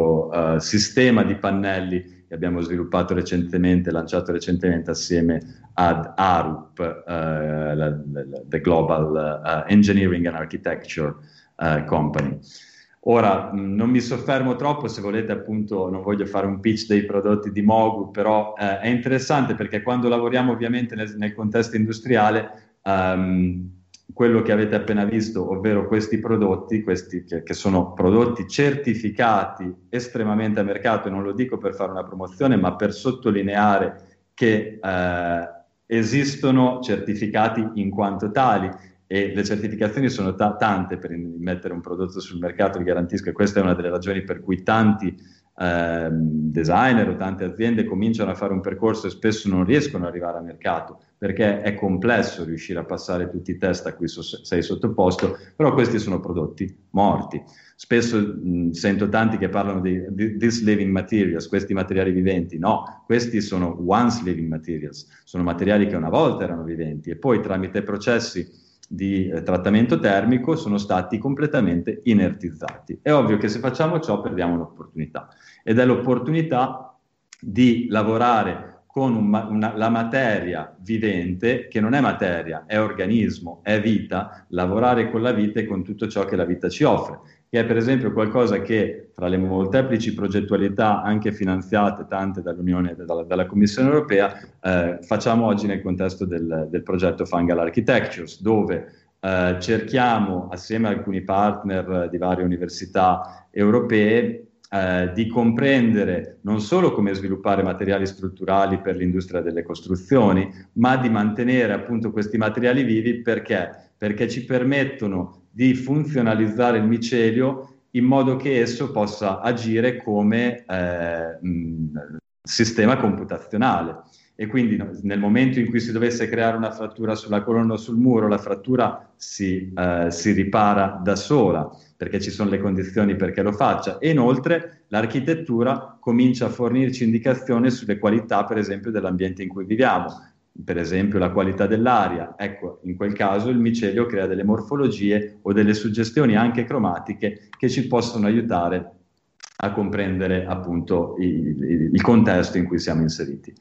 sistema di pannelli che abbiamo sviluppato recentemente, lanciato recentemente assieme ad Arup, the Global Engineering and Architecture Company. Ora, non mi soffermo troppo, se volete appunto, non voglio fare un pitch dei prodotti di Mogu, però è interessante perché quando lavoriamo ovviamente nel contesto industriale, quello che avete appena visto, ovvero questi prodotti, questi che sono prodotti certificati estremamente a mercato, e non lo dico per fare una promozione, ma per sottolineare che esistono certificati in quanto tali, e le certificazioni sono tante per mettere un prodotto sul mercato, vi garantisco, e questa è una delle ragioni per cui tanti designer o tante aziende cominciano a fare un percorso e spesso non riescono ad arrivare a mercato, perché è complesso riuscire a passare tutti i test a cui sei sottoposto, però questi sono prodotti morti. Spesso sento tanti che parlano di this living materials, questi materiali viventi. No, questi sono once living materials, sono materiali che una volta erano viventi e poi tramite processi di trattamento termico sono stati completamente inertizzati. È ovvio che se facciamo ciò perdiamo un'opportunità, ed è l'opportunità di lavorare con la materia vivente, che non è materia, è organismo, è vita, lavorare con la vita e con tutto ciò che la vita ci offre, che è per esempio qualcosa che fra le molteplici progettualità anche finanziate, tante dall'Unione, dalla Commissione europea, facciamo oggi nel contesto del progetto Fungal Architectures, dove cerchiamo assieme a alcuni partner di varie università europee di comprendere non solo come sviluppare materiali strutturali per l'industria delle costruzioni, ma di mantenere appunto questi materiali vivi perché ci permettono di funzionalizzare il micelio in modo che esso possa agire come sistema computazionale. E quindi nel momento in cui si dovesse creare una frattura sulla colonna o sul muro, la frattura si ripara da sola, perché ci sono le condizioni perché lo faccia. E inoltre l'architettura comincia a fornirci indicazioni sulle qualità, per esempio, dell'ambiente in cui viviamo. Per esempio la qualità dell'aria. Ecco, in quel caso il micelio crea delle morfologie o delle suggestioni anche cromatiche che ci possono aiutare a comprendere appunto il contesto in cui siamo inseriti.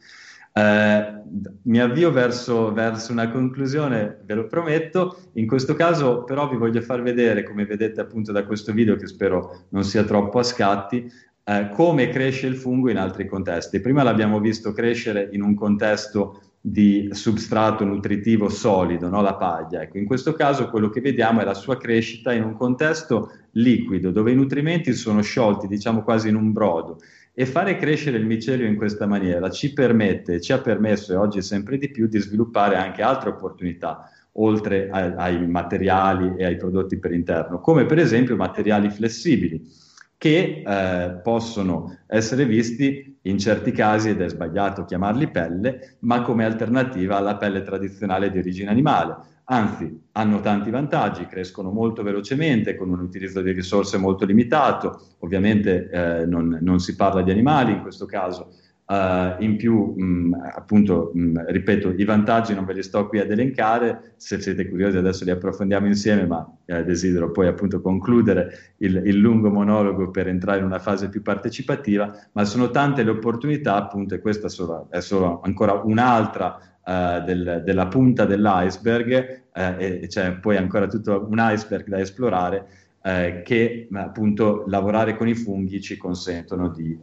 Mi avvio verso una conclusione, ve lo prometto. In questo caso però vi voglio far vedere, come vedete appunto da questo video, che spero non sia troppo a scatti, come cresce il fungo in altri contesti. Prima l'abbiamo visto crescere in un contesto di substrato nutritivo solido, no? La paglia. Ecco, in questo caso quello che vediamo è la sua crescita in un contesto liquido, dove i nutrimenti sono sciolti, diciamo quasi in un brodo. E fare crescere il micelio in questa maniera ci ha permesso, e oggi sempre di più, di sviluppare anche altre opportunità, oltre ai materiali e ai prodotti per interno, come per esempio materiali flessibili, che possono essere visti in certi casi, ed è sbagliato chiamarli pelle, ma come alternativa alla pelle tradizionale di origine animale. Anzi, hanno tanti vantaggi, crescono molto velocemente con un utilizzo di risorse molto limitato, ovviamente non si parla di animali in questo caso, in più appunto ripeto, i vantaggi non ve li sto qui ad elencare, se siete curiosi adesso li approfondiamo insieme, ma desidero poi appunto concludere il lungo monologo per entrare in una fase più partecipativa, ma sono tante le opportunità appunto, e questa è solo ancora un'altra della punta dell'iceberg, e c'è poi ancora tutto un iceberg da esplorare, che appunto lavorare con i funghi ci consentono di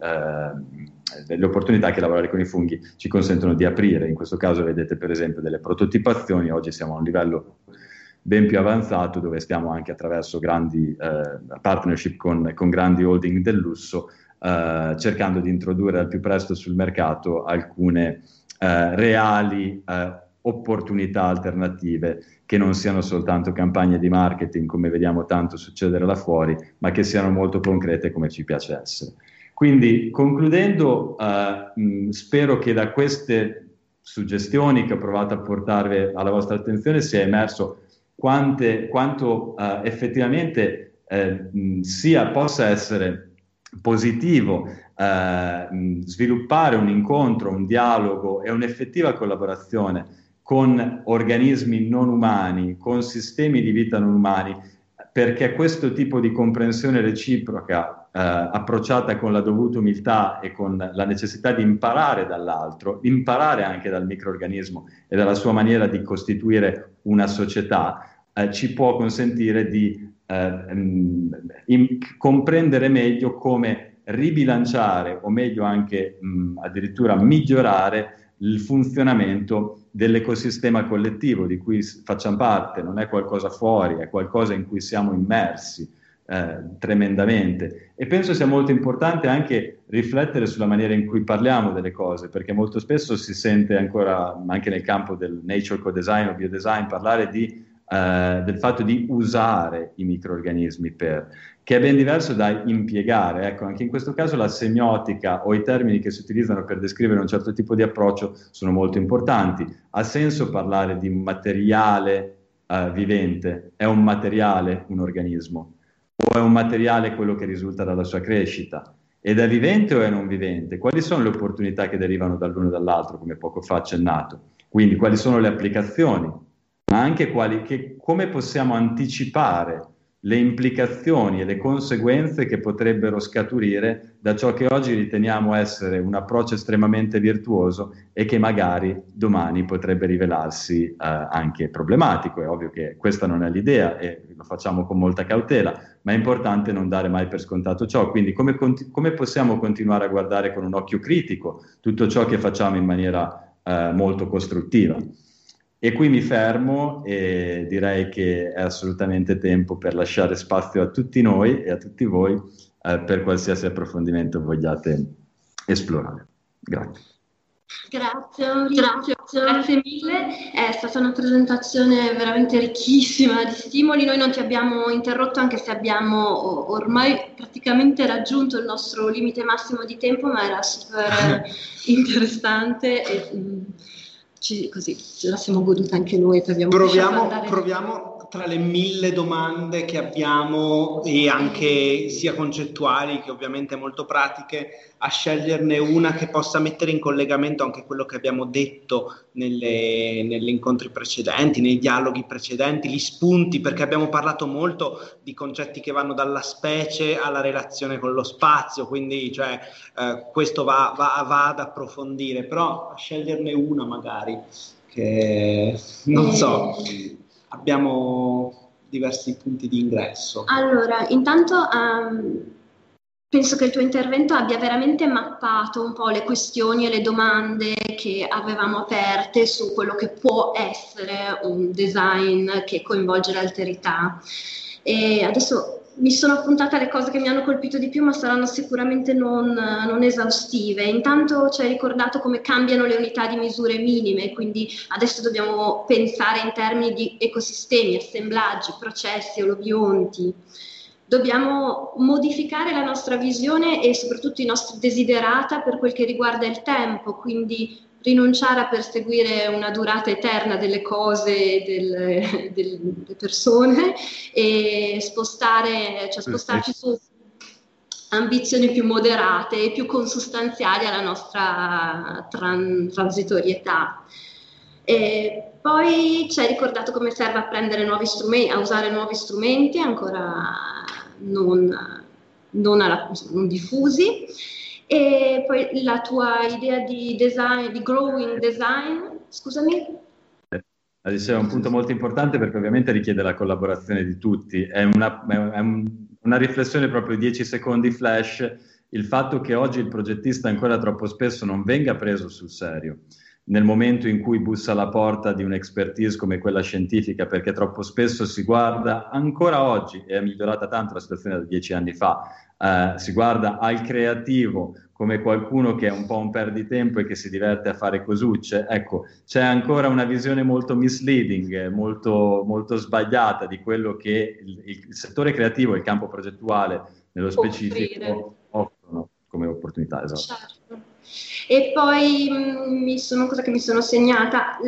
le opportunità che lavorare con i funghi ci consentono di aprire. In questo caso vedete per esempio delle prototipazioni, oggi siamo a un livello ben più avanzato, dove stiamo anche attraverso grandi partnership con grandi holding del lusso, cercando di introdurre al più presto sul mercato alcune reali opportunità alternative, che non siano soltanto campagne di marketing come vediamo tanto succedere là fuori, ma che siano molto concrete come ci piace essere. Quindi concludendo, spero che da queste suggestioni che ho provato a portarvi alla vostra attenzione sia emerso quanto effettivamente possa essere positivo sviluppare un incontro, un dialogo e un'effettiva collaborazione con organismi non umani, con sistemi di vita non umani, perché questo tipo di comprensione reciproca, approcciata con la dovuta umiltà e con la necessità di imparare dall'altro, imparare anche dal microrganismo e dalla sua maniera di costituire una società, ci può consentire di comprendere meglio come ribilanciare o meglio anche addirittura migliorare il funzionamento dell'ecosistema collettivo di cui facciamo parte. Non è qualcosa fuori, è qualcosa in cui siamo immersi tremendamente, e penso sia molto importante anche riflettere sulla maniera in cui parliamo delle cose, perché molto spesso si sente ancora, anche nel campo del nature co-design o biodesign, parlare del fatto di usare i microrganismi che è ben diverso da impiegare. Ecco, anche in questo caso la semiotica o i termini che si utilizzano per descrivere un certo tipo di approccio sono molto importanti. Ha senso parlare di un materiale vivente? È un materiale un organismo? O è un materiale quello che risulta dalla sua crescita? Ed è vivente o è non vivente? Quali sono le opportunità che derivano dall'uno e dall'altro, come poco fa accennato? Quindi quali sono le applicazioni, ma anche come possiamo anticipare le implicazioni e le conseguenze che potrebbero scaturire da ciò che oggi riteniamo essere un approccio estremamente virtuoso e che magari domani potrebbe rivelarsi anche problematico. È ovvio che questa non è l'idea e lo facciamo con molta cautela, ma è importante non dare mai per scontato ciò. Quindi come possiamo continuare a guardare con un occhio critico tutto ciò che facciamo in maniera molto costruttiva? E qui mi fermo e direi che è assolutamente tempo per lasciare spazio a tutti noi e a tutti voi per qualsiasi approfondimento vogliate esplorare. Grazie. Grazie mille, è stata una presentazione veramente ricchissima di stimoli. Noi non ti abbiamo interrotto anche se abbiamo ormai praticamente raggiunto il nostro limite massimo di tempo, ma era super interessante e così ce la siamo goduta anche noi. Proviamo tra le 1000 domande che abbiamo, e anche sia concettuali che ovviamente molto pratiche, a sceglierne una che possa mettere in collegamento anche quello che abbiamo detto negli incontri precedenti, nei dialoghi precedenti, gli spunti, perché abbiamo parlato molto di concetti che vanno dalla specie alla relazione con lo spazio, quindi questo va ad approfondire, però a sceglierne una magari che non so. Abbiamo diversi punti di ingresso. Allora, intanto penso che il tuo intervento abbia veramente mappato un po' le questioni e le domande che avevamo aperte su quello che può essere un design che coinvolge l'alterità. E adesso mi sono appuntata le cose che mi hanno colpito di più, ma saranno sicuramente non esaustive. Intanto ci hai ricordato come cambiano le unità di misure minime, quindi adesso dobbiamo pensare in termini di ecosistemi, assemblaggi, processi, olobionti. Dobbiamo modificare la nostra visione e soprattutto i nostri desiderata per quel che riguarda il tempo, quindi rinunciare a perseguire una durata eterna delle cose, delle persone, e spostarci su ambizioni più moderate e più consustanziali alla nostra transitorietà. E poi ci hai ricordato come serve apprendere nuovi strumenti, a usare nuovi strumenti ancora non diffusi. E poi la tua idea di design, di growing design, scusami? È un punto molto importante perché ovviamente richiede la collaborazione di tutti. È una riflessione proprio di 10 secondi flash, il fatto che oggi il progettista ancora troppo spesso non venga preso sul serio nel momento in cui bussa alla porta di un'expertise come quella scientifica, perché troppo spesso si guarda, ancora oggi, e è migliorata tanto la situazione da 10 anni fa, si guarda al creativo come qualcuno che è un po' un perditempo e che si diverte a fare cosucce. Ecco, c'è ancora una visione molto misleading, molto, molto sbagliata di quello che il settore creativo e il campo progettuale nello specifico offrono come opportunità. Esatto. Certo. E poi cosa che mi sono segnata,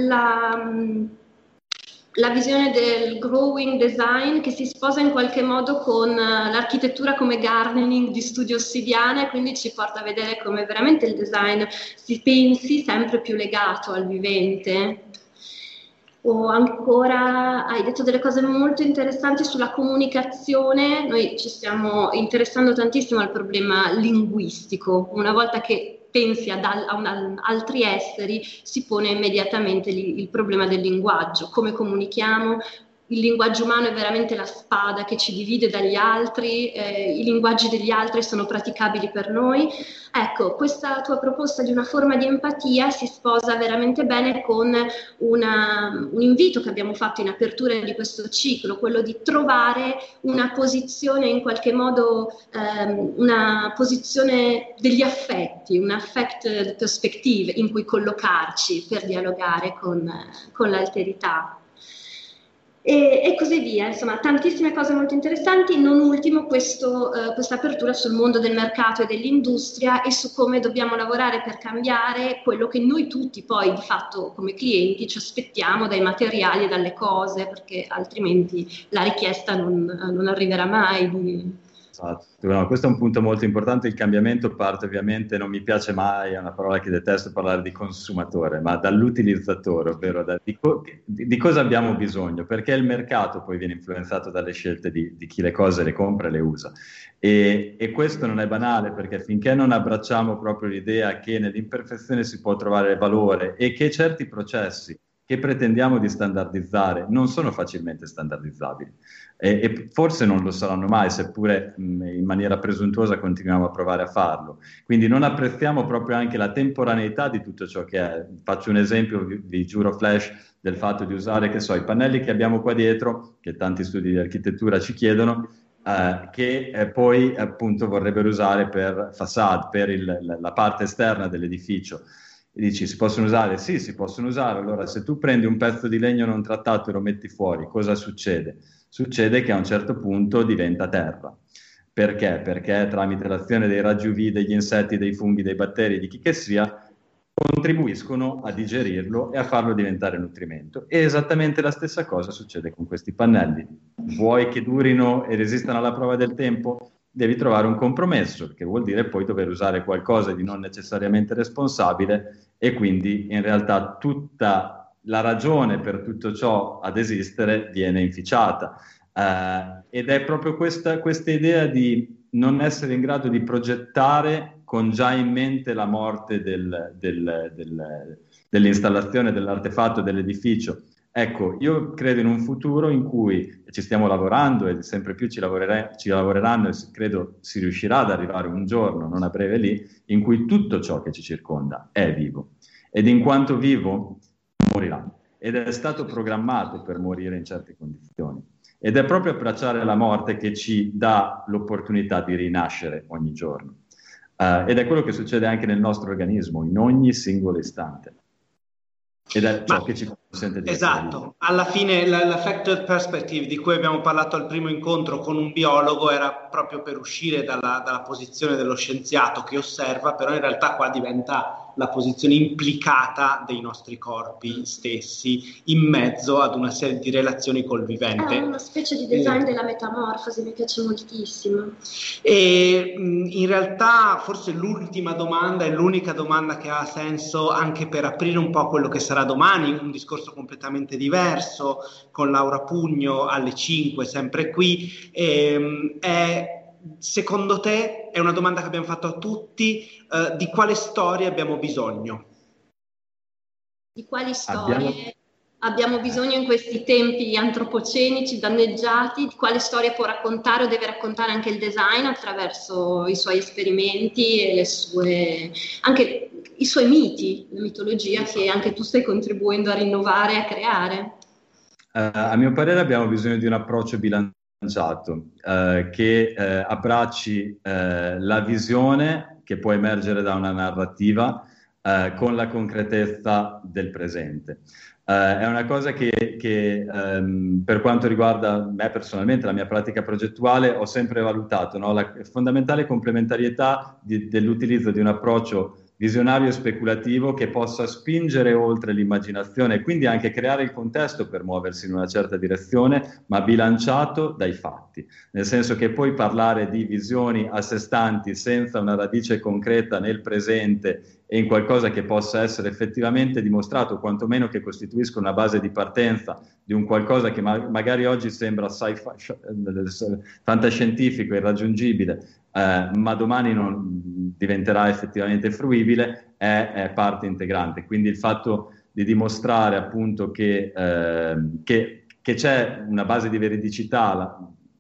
la visione del growing design che si sposa in qualche modo con l'architettura come gardening di Studio Ossidiana, e quindi ci porta a vedere come veramente il design si pensi sempre più legato al vivente. O ancora hai detto delle cose molto interessanti sulla comunicazione. Noi ci stiamo interessando tantissimo al problema linguistico. Una volta che pensi ad altri esseri, si pone immediatamente il problema del linguaggio, come comunichiamo, il linguaggio umano è veramente la spada che ci divide dagli altri, i linguaggi degli altri sono praticabili per noi. Ecco, questa tua proposta di una forma di empatia si sposa veramente bene con un invito che abbiamo fatto in apertura di questo ciclo, quello di trovare una posizione in qualche modo, una posizione degli affetti, un affect perspective in cui collocarci per dialogare con l'alterità. E così via, insomma, tantissime cose molto interessanti, non ultimo questa apertura sul mondo del mercato e dell'industria e su come dobbiamo lavorare per cambiare quello che noi tutti poi di fatto come clienti ci aspettiamo dai materiali e dalle cose, perché altrimenti la richiesta non arriverà mai. Esatto. No, questo è un punto molto importante. Il cambiamento parte ovviamente, non mi piace mai, è una parola che detesto parlare di consumatore, ma dall'utilizzatore, ovvero di cosa abbiamo bisogno, perché il mercato poi viene influenzato dalle scelte di chi le cose le compra e le usa. E questo non è banale, perché finché non abbracciamo proprio l'idea che nell'imperfezione si può trovare valore e che certi processi che pretendiamo di standardizzare non sono facilmente standardizzabili e forse non lo saranno mai, seppure in maniera presuntuosa continuiamo a provare a farlo. Quindi non apprezziamo proprio anche la temporaneità di tutto ciò che è. Faccio un esempio, vi giuro flash, del fatto di usare, che so, i pannelli che abbiamo qua dietro, che tanti studi di architettura ci chiedono, che poi appunto vorrebbero usare per facade, per la parte esterna dell'edificio. E dici, si possono usare? Sì, si possono usare. Allora, se tu prendi un pezzo di legno non trattato e lo metti fuori, cosa succede? Succede che a un certo punto diventa terra. Perché? Perché tramite l'azione dei raggi UV, degli insetti, dei funghi, dei batteri, di chi che sia, contribuiscono a digerirlo e a farlo diventare nutrimento. E esattamente la stessa cosa succede con questi pannelli. Vuoi che durino e resistano alla prova del tempo? Devi trovare un compromesso, che vuol dire poi dover usare qualcosa di non necessariamente responsabile e quindi in realtà tutta la ragione per tutto ciò ad esistere viene inficiata. Ed è proprio questa idea di non essere in grado di progettare con già in mente la morte dell'installazione, dell'artefatto, dell'edificio. Ecco, io credo in un futuro in cui ci stiamo lavorando e sempre più ci lavoreranno e credo si riuscirà ad arrivare un giorno, non a breve lì, in cui tutto ciò che ci circonda è vivo. Ed in quanto vivo, morirà. Ed è stato programmato per morire in certe condizioni. Ed è proprio abbracciare la morte che ci dà l'opportunità di rinascere ogni giorno. Ed è quello che succede anche nel nostro organismo, in ogni singolo istante. Ed è ciò che ci consente di esatto, alla fine l'affected perspective di cui abbiamo parlato al primo incontro con un biologo era proprio per uscire dalla posizione dello scienziato che osserva, però in realtà qua diventa la posizione implicata dei nostri corpi stessi in mezzo ad una serie di relazioni col vivente. È una specie di design della metamorfosi, mi piace moltissimo. E in realtà forse l'ultima domanda è l'unica domanda che ha senso anche per aprire un po' quello che sarà domani, un discorso completamente diverso con Laura Pugno alle 5 sempre qui. Secondo te, è una domanda che abbiamo fatto a tutti, di quale storie abbiamo bisogno? Di quali storie abbiamo bisogno in questi tempi antropocenici, danneggiati? Di quale storia può raccontare o deve raccontare anche il design attraverso i suoi esperimenti e anche i suoi miti, la mitologia che anche tu stai contribuendo a rinnovare e a creare? A mio parere abbiamo bisogno di un approccio bilanciato che abbracci la visione che può emergere da una narrativa con la concretezza del presente. È una cosa che per quanto riguarda me personalmente, la mia pratica progettuale, ho sempre valutato, no? La fondamentale complementarietà dell'utilizzo di un approccio visionario e speculativo che possa spingere oltre l'immaginazione e quindi anche creare il contesto per muoversi in una certa direzione, ma bilanciato dai fatti. Nel senso che poi parlare di visioni a sé stanti senza una radice concreta nel presente e in qualcosa che possa essere effettivamente dimostrato, quantomeno che costituisca una base di partenza di un qualcosa che magari oggi sembra fantascientifico, irraggiungibile, ma domani non diventerà effettivamente fruibile, è parte integrante. Quindi il fatto di dimostrare appunto che che c'è una base di veridicità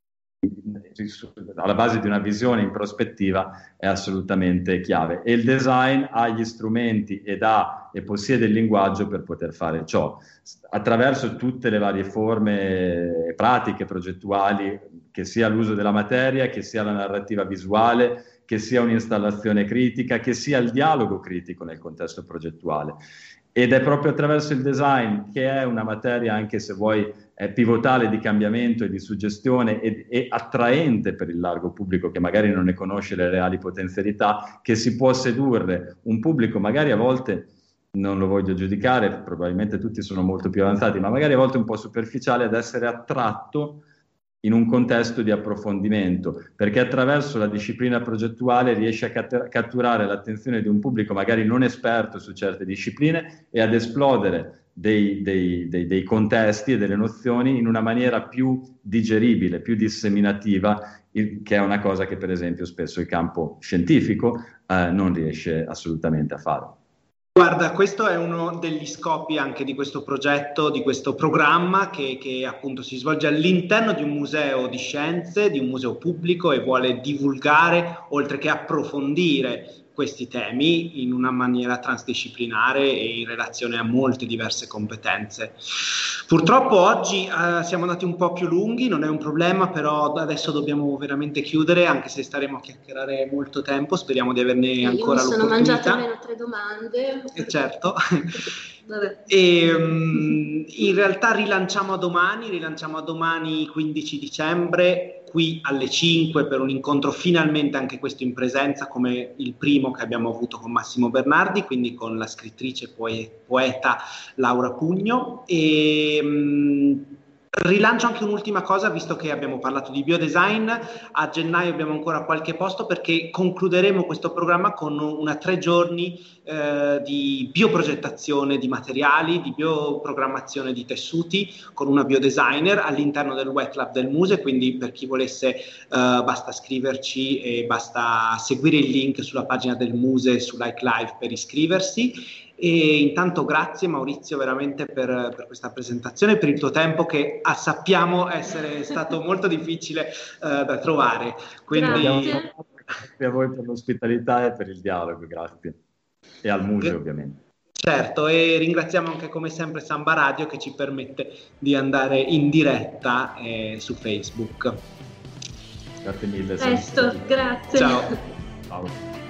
alla base di una visione in prospettiva è assolutamente chiave, e il design ha gli strumenti e possiede il linguaggio per poter fare ciò attraverso tutte le varie forme pratiche, progettuali, che sia l'uso della materia, che sia la narrativa visuale, che sia un'installazione critica, che sia il dialogo critico nel contesto progettuale. Ed è proprio attraverso il design, che è una materia, anche se vuoi, pivotale di cambiamento e di suggestione e attraente per il largo pubblico che magari non ne conosce le reali potenzialità, che si può sedurre un pubblico magari a volte, non lo voglio giudicare, probabilmente tutti sono molto più avanzati, ma magari a volte un po' superficiale, ad essere attratto in un contesto di approfondimento, perché attraverso la disciplina progettuale riesce a catturare l'attenzione di un pubblico magari non esperto su certe discipline e ad esplodere dei contesti e delle nozioni in una maniera più digeribile, più disseminativa, che è una cosa che per esempio spesso il campo scientifico non riesce assolutamente a fare. Guarda, questo è uno degli scopi anche di questo progetto, di questo programma che appunto si svolge all'interno di un museo di scienze, di un museo pubblico, e vuole divulgare, oltre che approfondire questi temi in una maniera transdisciplinare e in relazione a molte diverse competenze. Purtroppo oggi siamo andati un po' più lunghi, non è un problema, però adesso dobbiamo veramente chiudere, anche se staremo a chiacchierare molto tempo, speriamo di averne ancora l'opportunità. Io mi sono mangiata almeno 3 domande. Certo. Vabbè. E in realtà rilanciamo a domani 15 dicembre qui alle 5 per un incontro, finalmente anche questo in presenza, come il primo che abbiamo avuto con Massimo Bernardi, quindi con la scrittrice poeta Laura Pugno. E rilancio anche un'ultima cosa, visto che abbiamo parlato di biodesign. A gennaio abbiamo ancora qualche posto, perché concluderemo questo programma con una 3 giorni di bioprogettazione di materiali, di bioprogrammazione di tessuti, con una biodesigner all'interno del Wet Lab del Muse. Quindi per chi volesse basta scriverci e basta seguire il link sulla pagina del Muse su Like Live per iscriversi. E intanto grazie Maurizio veramente per questa presentazione, per il tuo tempo che sappiamo essere stato molto difficile da trovare. Quindi grazie a voi per l'ospitalità e per il dialogo, grazie. E al Muse ovviamente. Certo, e ringraziamo anche come sempre Samba Radio che ci permette di andare in diretta su Facebook. Grazie mille. Presto, grazie. Ciao. Ciao.